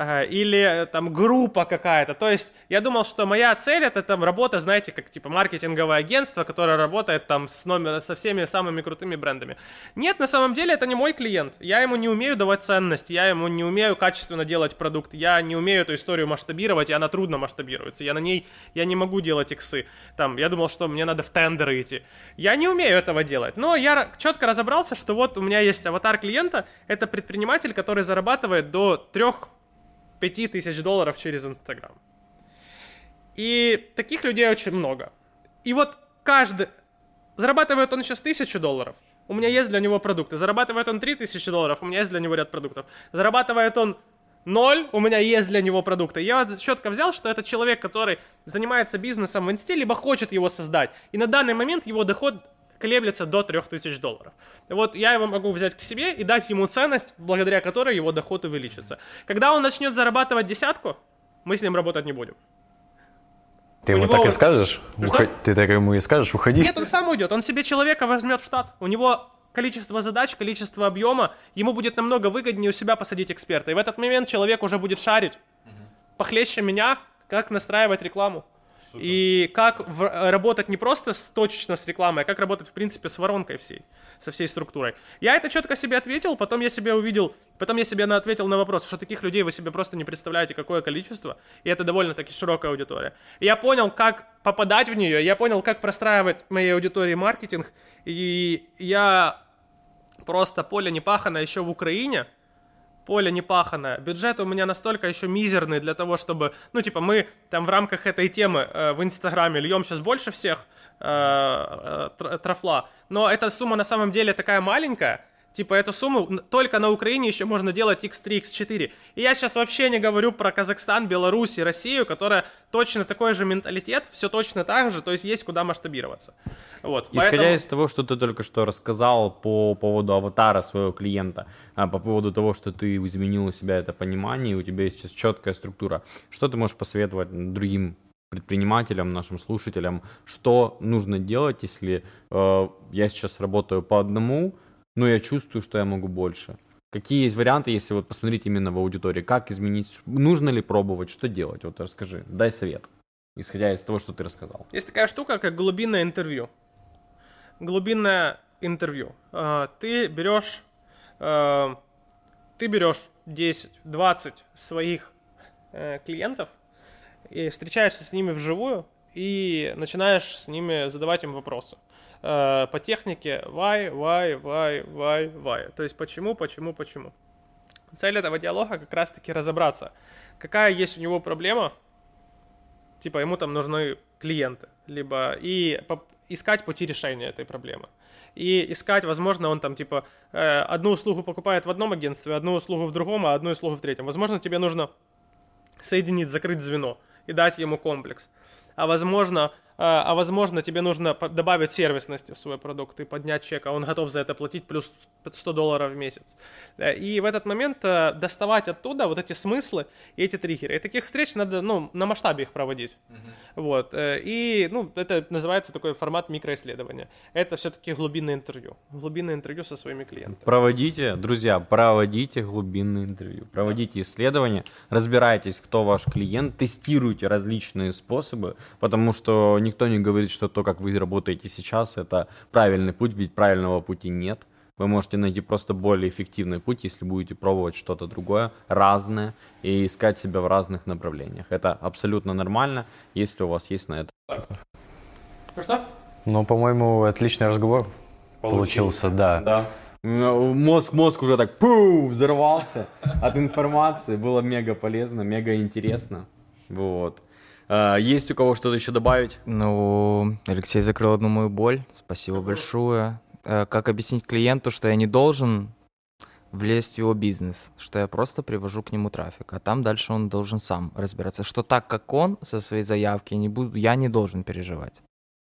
или там группа какая-то. То есть я думал, что моя цель это там работа, знаете, как типа маркетинговое агентство, которое работает там с номер, со всеми самыми крутыми брендами. Нет, на самом деле это не мой клиент. Я ему не умею давать ценность, я ему не умею качественно делать продукт, я не умею эту историю масштабировать, и она трудно масштабируется. Я на ней, я не могу делать иксы. Там, я думал, что мне надо в тендеры идти. Я не умею этого делать, но я четко разобрался, что вот у меня есть аватар клиента, это предприниматель, который зарабатывает до трех-пяти тысяч долларов через Инстаграм. И таких людей очень много. И вот каждый... Зарабатывает он сейчас тысячу долларов, у меня есть для него продукты. Зарабатывает он три тысячи долларов, у меня есть для него ряд продуктов. Зарабатывает он ноль, у меня есть для него продукты. Я вот четко взял, что это человек, который занимается бизнесом в инсте, либо хочет его создать. И на данный момент его доход колеблется до трех тысяч долларов. Вот я его могу взять к себе и дать ему ценность, благодаря которой его доход увеличится. Когда он начнет зарабатывать десятку, мы с ним работать не будем. Ты ему так и скажешь? Уход... Ты так ему и скажешь, уходи? Нет, он сам уйдет. Он себе человека возьмет в штат. У него количество задач, количество объема. Ему будет намного выгоднее у себя посадить эксперта. И в этот момент человек уже будет шарить угу. похлеще меня, как настраивать рекламу. Супер. И как в... работать не просто с, точечно с рекламой, а как работать, в принципе, с воронкой всей, со всей структурой. Я это четко себе ответил, потом я себе увидел, потом я себе ответил на вопрос, что таких людей вы себе просто не представляете, какое количество, и это довольно-таки широкая аудитория. И я понял, как попадать в нее, я понял, как простраивать моей аудитории маркетинг, и я просто поле не пахано еще в Украине, поле не паханое. Бюджет у меня настолько еще мизерный для того, чтобы... Ну, типа, мы там в рамках этой темы э, в Инстаграме льем сейчас больше всех э, э, трафла, но эта сумма на самом деле такая маленькая. Типа, эту сумму только на Украине еще можно делать икс три, икс четыре. И я сейчас вообще не говорю про Казахстан, Беларусь и Россию, которая точно такой же менталитет, все точно так же, то есть есть куда масштабироваться. Вот, Исходя поэтому... из того, что ты только что рассказал по поводу аватара своего клиента, а по поводу того, что ты изменил у себя это понимание, и у тебя есть сейчас четкая структура, что ты можешь посоветовать другим предпринимателям, нашим слушателям, что нужно делать, если э, я сейчас работаю по одному, но я чувствую, что я могу больше. Какие есть варианты, если вот посмотреть именно в аудитории, как изменить, нужно ли пробовать, что делать? Вот расскажи, дай совет, исходя из того, что ты рассказал. Есть такая штука, как глубинное интервью. Глубинное интервью. Ты берешь, ты берешь десять-двадцать своих клиентов и встречаешься с ними вживую и начинаешь с ними задавать им вопросы. По технике why, why, why, why, why. То есть почему, почему, почему. Цель этого диалога как раз-таки разобраться, какая есть у него проблема, типа ему там нужны клиенты, либо и искать пути решения этой проблемы. И искать, возможно, он там типа одну услугу покупает в одном агентстве, одну услугу в другом, а одну услугу в третьем. Возможно, тебе нужно соединить, закрыть звено и дать ему комплекс. А возможно, а возможно, тебе нужно добавить сервисности в свой продукт и поднять чек, а он готов за это платить плюс сто долларов в месяц. И в этот момент доставать оттуда вот эти смыслы и эти триггеры. И таких встреч надо, ну, на масштабе их проводить. Uh-huh. Вот. И, ну, это называется такой формат микроисследования. Это все-таки глубинное интервью. Глубинное интервью со своими клиентами. Проводите, друзья, проводите глубинное интервью. Проводите исследования, разбирайтесь, кто ваш клиент, тестируйте различные способы, потому что никто не говорит, что то, как вы работаете сейчас, это правильный путь, ведь правильного пути нет. Вы можете найти просто более эффективный путь, если будете пробовать что-то другое, разное, и искать себя в разных направлениях. Это абсолютно нормально, если у вас есть на это. Ну что? Ну, по-моему, отличный разговор получился, получился да. да. Мозг, мозг уже так пу, взорвался от информации, было мега полезно, мега интересно. Вот. Есть у кого что-то еще добавить? Ну, Алексей закрыл одну мою боль. Спасибо большое. Как объяснить клиенту, что я не должен влезть в его бизнес, что я просто привожу к нему трафик, а там дальше он должен сам разбираться, что так, как он со своей заявки, не буду, я не должен переживать.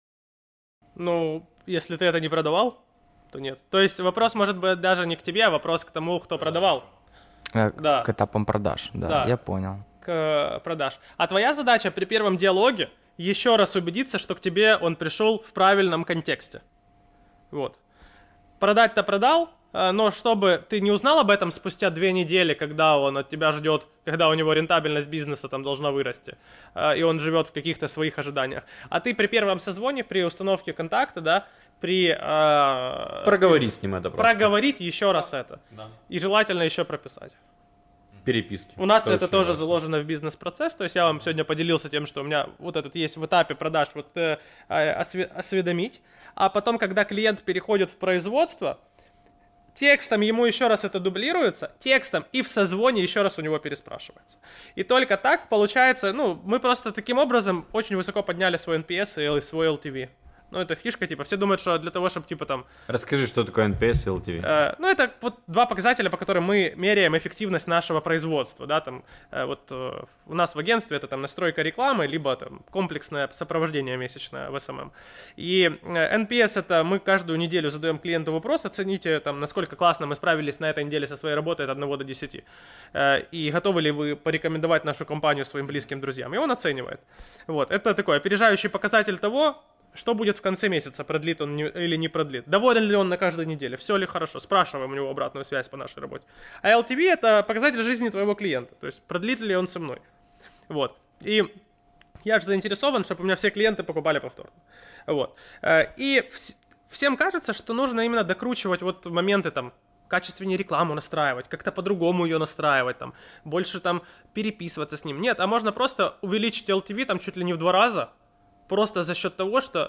Ну, если ты это не продавал, то нет. То есть вопрос может быть даже не к тебе, а вопрос к тому, кто продавал. К, да. к этапам продаж, да, да, я понял. К продаж. А твоя задача при первом диалоге еще раз убедиться, что к тебе он пришел в правильном контексте. Вот. Продать-то продал, но чтобы ты не узнал об этом спустя две недели, когда он от тебя ждет, когда у него рентабельность бизнеса там должна вырасти, и он живет в каких-то своих ожиданиях. А ты при первом созвоне, при установке контакта, да, при... Э, Проговори с ним это просто. Проговорить еще раз это. Да. И желательно еще прописать. Переписки. У нас это, это тоже важно. заложено в бизнес-процесс, то есть я вам сегодня поделился тем, что у меня вот этот есть в этапе продаж, вот э, осве- осведомить, а потом, когда клиент переходит в производство, текстом ему еще раз это дублируется, текстом и в созвоне еще раз у него переспрашивается. И только так получается, ну, мы просто таким образом очень высоко подняли свой эн пи эс и свой эл ти ви. Ну, это фишка, типа, все думают, что для того, чтобы, типа, там... Расскажи, что такое эн пи эс и эл ти ви. Э, ну, это вот два показателя, по которым мы меряем эффективность нашего производства, да, там, э, вот э, у нас в агентстве это там настройка рекламы, либо там комплексное сопровождение месячное в эс эм эм. И э, эн пи эс это мы каждую неделю задаем клиенту вопрос, оцените, там, насколько классно мы справились на этой неделе со своей работой от одного до десяти, э, и готовы ли вы порекомендовать нашу компанию своим близким друзьям, и он оценивает. Вот, это такой опережающий показатель того, что будет в конце месяца, продлит он не, или не продлит. Доволен ли он на каждой неделе, все ли хорошо. Спрашиваем у него обратную связь по нашей работе. А эл ти ви это показатель жизни твоего клиента. То есть продлит ли он со мной. Вот. И я же заинтересован, чтобы у меня все клиенты покупали повторно. Вот. И вс- всем кажется, что нужно именно докручивать вот моменты там, качественнее рекламу настраивать, как-то по-другому ее настраивать, там, больше там переписываться с ним. Нет, а можно просто увеличить эл ти ви там чуть ли не в два раза, просто за счет того, что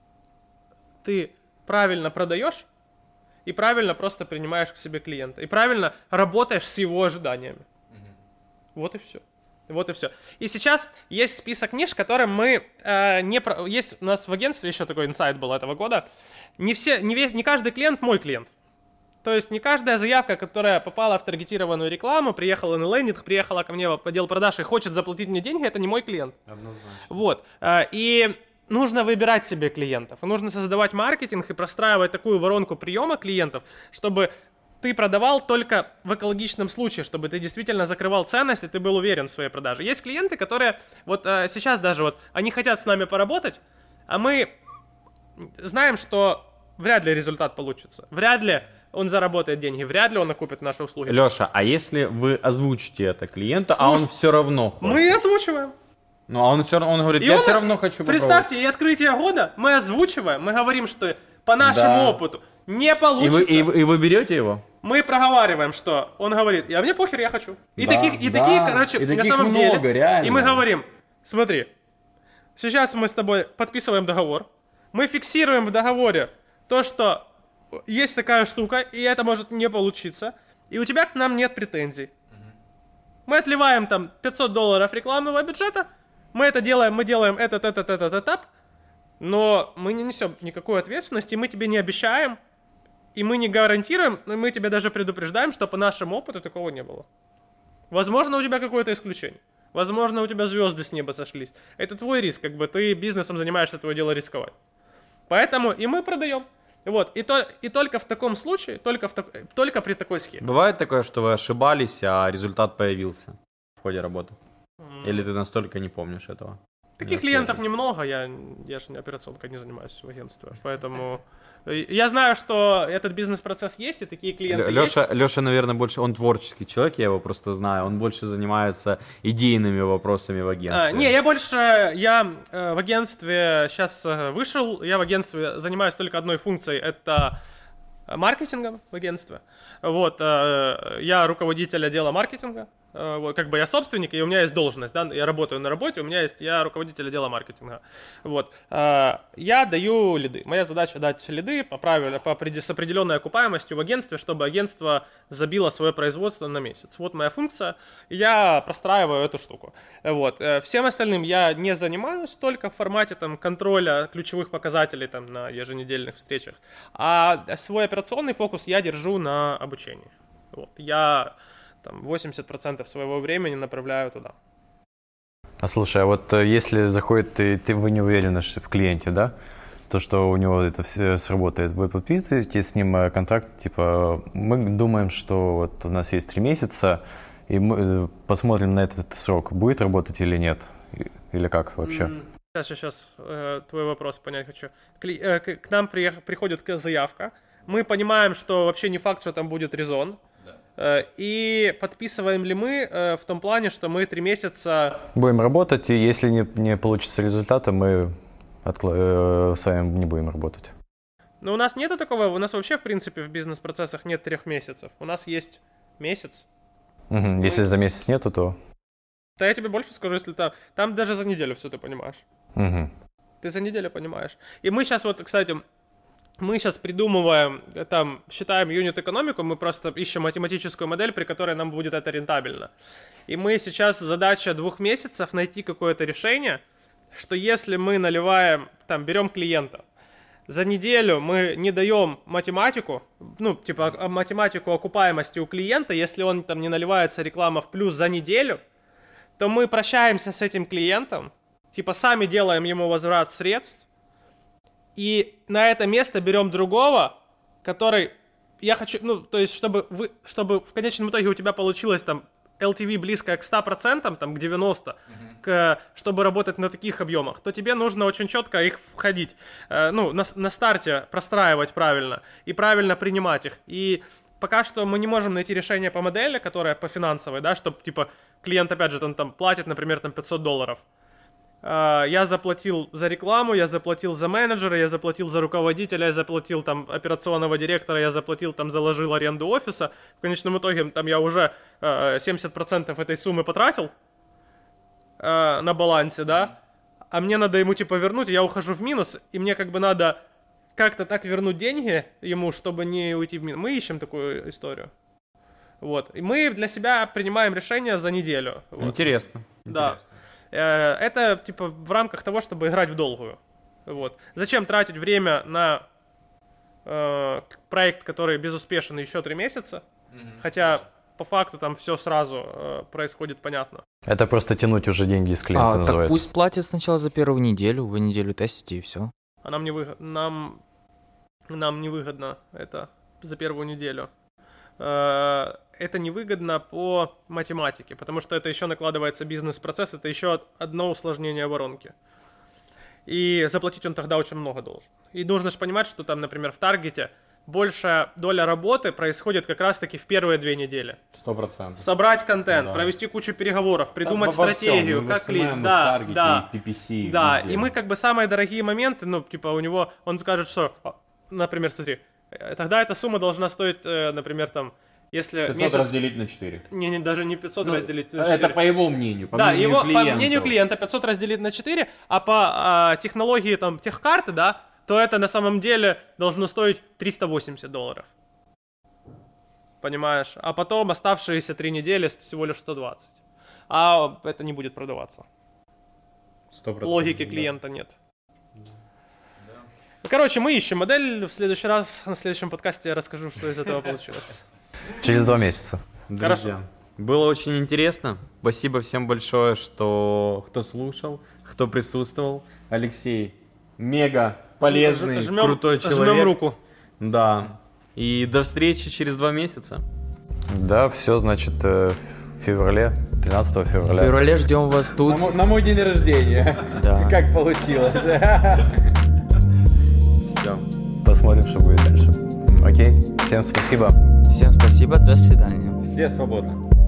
ты правильно продаешь и правильно просто принимаешь к себе клиента. И правильно работаешь с его ожиданиями. Mm-hmm. Вот и все. Вот и все. И сейчас есть список ниш, которым мы э, не... Про... Есть у нас в агентстве еще такой инсайт был этого года. Не, все, не, весь, не каждый клиент мой клиент. То есть не каждая заявка, которая попала в таргетированную рекламу, приехала на лендинг, приехала ко мне в отдел продаж и хочет заплатить мне деньги, это не мой клиент. Однозначно. Вот. И нужно выбирать себе клиентов. Нужно создавать маркетинг и простраивать такую воронку приема клиентов, чтобы ты продавал только в экологичном случае, чтобы ты действительно закрывал ценность и ты был уверен в своей продаже. Есть клиенты, которые вот сейчас даже вот, они хотят с нами поработать, а мы знаем, что вряд ли результат получится. Вряд ли он заработает деньги, вряд ли он окупит наши услуги. Леша, а если вы озвучите это клиенту, Слушай, а он все равно хочет? Мы озвучиваем. Ну, а он все равно, он говорит, И я он, все равно хочу представьте, и открытие года мы озвучиваем, мы говорим, что по нашему Да. опыту не И получится. вы, и, вы, и вы берете его? Мы проговариваем, что он говорит, а мне похер, я хочу. И Да, таких, и да. такие, короче, И на таких самом много, деле. реально. И мы говорим, смотри, сейчас мы с тобой подписываем договор, мы фиксируем в договоре то, что есть такая штука, и это может не получиться, и у тебя к нам нет претензий. Мы отливаем там пятьсот долларов рекламного бюджета, мы это делаем, мы делаем этот, этот, этот этап, но мы не несем никакой ответственности, мы тебе не обещаем, и мы не гарантируем, но мы тебя даже предупреждаем, что по нашему опыту такого не было. Возможно, у тебя какое-то исключение. Возможно, у тебя звезды с неба сошлись. Это твой риск, как бы ты бизнесом занимаешься, твое дело рисковать. Поэтому и мы продаем. Вот, и, то, и только в таком случае, только, в так, только при такой схеме. Бывает такое, что вы ошибались, а результат появился в ходе работы? Mm. Или ты настолько не помнишь этого? Таких клиентов немного, я, я же не операционкой не занимаюсь в агентстве, поэтому я знаю, что этот бизнес-процесс есть, и такие клиенты Леша, есть. Леша, наверное, больше, он творческий человек, я его просто знаю, он больше занимается идейными вопросами в агентстве. А, не, я больше, я э, в агентстве сейчас э, вышел, я в агентстве занимаюсь только одной функцией, это маркетингом в агентстве. Вот, э, я руководитель отдела маркетинга. Вот, как бы я собственник, и у меня есть должность, да, я работаю на работе, у меня есть, я руководитель отдела маркетинга. Вот, я даю лиды. Моя задача дать лиды по правилам, по, с определенной окупаемостью в агентстве, чтобы агентство забило свое производство на месяц. Вот моя функция, я простраиваю эту штуку. Вот, всем остальным я не занимаюсь только в формате там контроля ключевых показателей там на еженедельных встречах, а свой операционный фокус я держу на обучении. Вот, я там восемьдесят процентов своего времени направляю туда. А слушай, а вот если заходит, и ты, вы не уверены в клиенте, да? То, что у него это все сработает. Вы подписываете с ним контракт, типа, мы думаем, что вот у нас есть три месяца, и мы посмотрим на этот срок, будет работать или нет? Или как вообще? Сейчас, сейчас, э, твой вопрос понять хочу. Кли, э, к, к нам приех, приходит заявка, мы понимаем, что вообще не факт, что там будет резон. И подписываем ли мы э, в том плане, что мы три месяца... Будем работать, и если не, не получится результата, мы откла... э, с вами не будем работать. Но у нас нету такого, у нас вообще, в принципе, в бизнес-процессах нет трех месяцев. У нас есть месяц. Угу. Ну, если за месяц нету, то... Да я тебе больше скажу, если там... Там даже за неделю все ты понимаешь. Угу. Ты за неделю понимаешь. И мы сейчас вот, кстати... Мы сейчас придумываем, там, считаем юнит-экономику, мы просто ищем математическую модель, при которой нам будет это рентабельно. И мы сейчас, задача двух месяцев найти какое-то решение, что если мы наливаем, там, берем клиента, за неделю мы не даем математику, ну, типа математику окупаемости у клиента, если он там не наливается реклама в плюс за неделю, то мы прощаемся с этим клиентом, типа сами делаем ему возврат средств, и на это место берем другого, который, я хочу, ну, то есть, чтобы, вы, чтобы в конечном итоге у тебя получилось там эл ти ви близкое к ста процентам, там, к девяноста процентам, mm-hmm. к, чтобы работать на таких объемах, то тебе нужно очень четко их входить, э, ну, на, на старте простраивать правильно и правильно принимать их. И пока что мы не можем найти решение по модели, которая по финансовой, да, чтобы, типа, клиент, опять же, он там платит, например, там пятьсот долларов. Я заплатил за рекламу, я заплатил за менеджера, я заплатил за руководителя, я заплатил там операционного директора, я заплатил там, заложил аренду офиса. В конечном итоге там я уже э, семьдесят процентов этой суммы потратил э, на балансе, да, а мне надо ему типа вернуть, я ухожу в минус, и мне как бы надо как-то так вернуть деньги ему, чтобы не уйти в минус. Мы ищем такую историю. Вот. И мы для себя принимаем решение за неделю. Вот. Интересно. Да. Интересно. Это типа в рамках того, чтобы играть в долгую. Вот. Зачем тратить время на э, проект, который безуспешен еще три месяца, mm-hmm. хотя по факту там все сразу э, происходит понятно. Это просто тянуть уже деньги из клиента а, называется. Так пусть платят сначала за первую неделю, вы неделю тестите и все. А нам не выгодно, нам, нам не выгодно это за первую неделю. Э, это невыгодно по математике, потому что это еще накладывается бизнес-процесс, это еще одно усложнение воронки. И заплатить он тогда очень много должен. И нужно же понимать, что там, например, в таргете большая доля работы происходит как раз-таки в первые две недели. Сто процентов. Собрать контент, да. провести кучу переговоров, придумать там стратегию, всем, как клиент. Да, да, да, пи пи си, да. везде. И мы как бы самые дорогие моменты, ну, типа у него, он скажет, что, например, смотри, тогда эта сумма должна стоить, например, там, если пятьсот месяц... разделить на четыре. Не, не, даже не пятьсот ну, разделить на четыре. Это по его мнению, по да, мнению его, клиента. по мнению клиента пятьсот разделить на четыре, а по а, технологии там техкарты, да, то это на самом деле должно стоить триста восемьдесят долларов. Понимаешь? А потом оставшиеся три недели всего лишь сто двадцать. А это не будет продаваться. сто процентов. Логики клиента да. нет. Да. Короче, мы ищем модель. В следующий раз, на следующем подкасте я расскажу, что из этого получилось. Через два месяца. Друзья, Хорошо. Было очень интересно. Спасибо всем большое, что кто слушал, кто присутствовал. Алексей, мега полезный, жмем, крутой человек. Жмем руку. Да. И до встречи через два месяца. Да, все, значит, в феврале, тринадцатого февраля. В феврале ждем вас тут. На, на мой день рождения. Да. Как получилось. Все. Посмотрим, что будет дальше. Окей, всем спасибо. Всем спасибо, до свидания. Все свободны.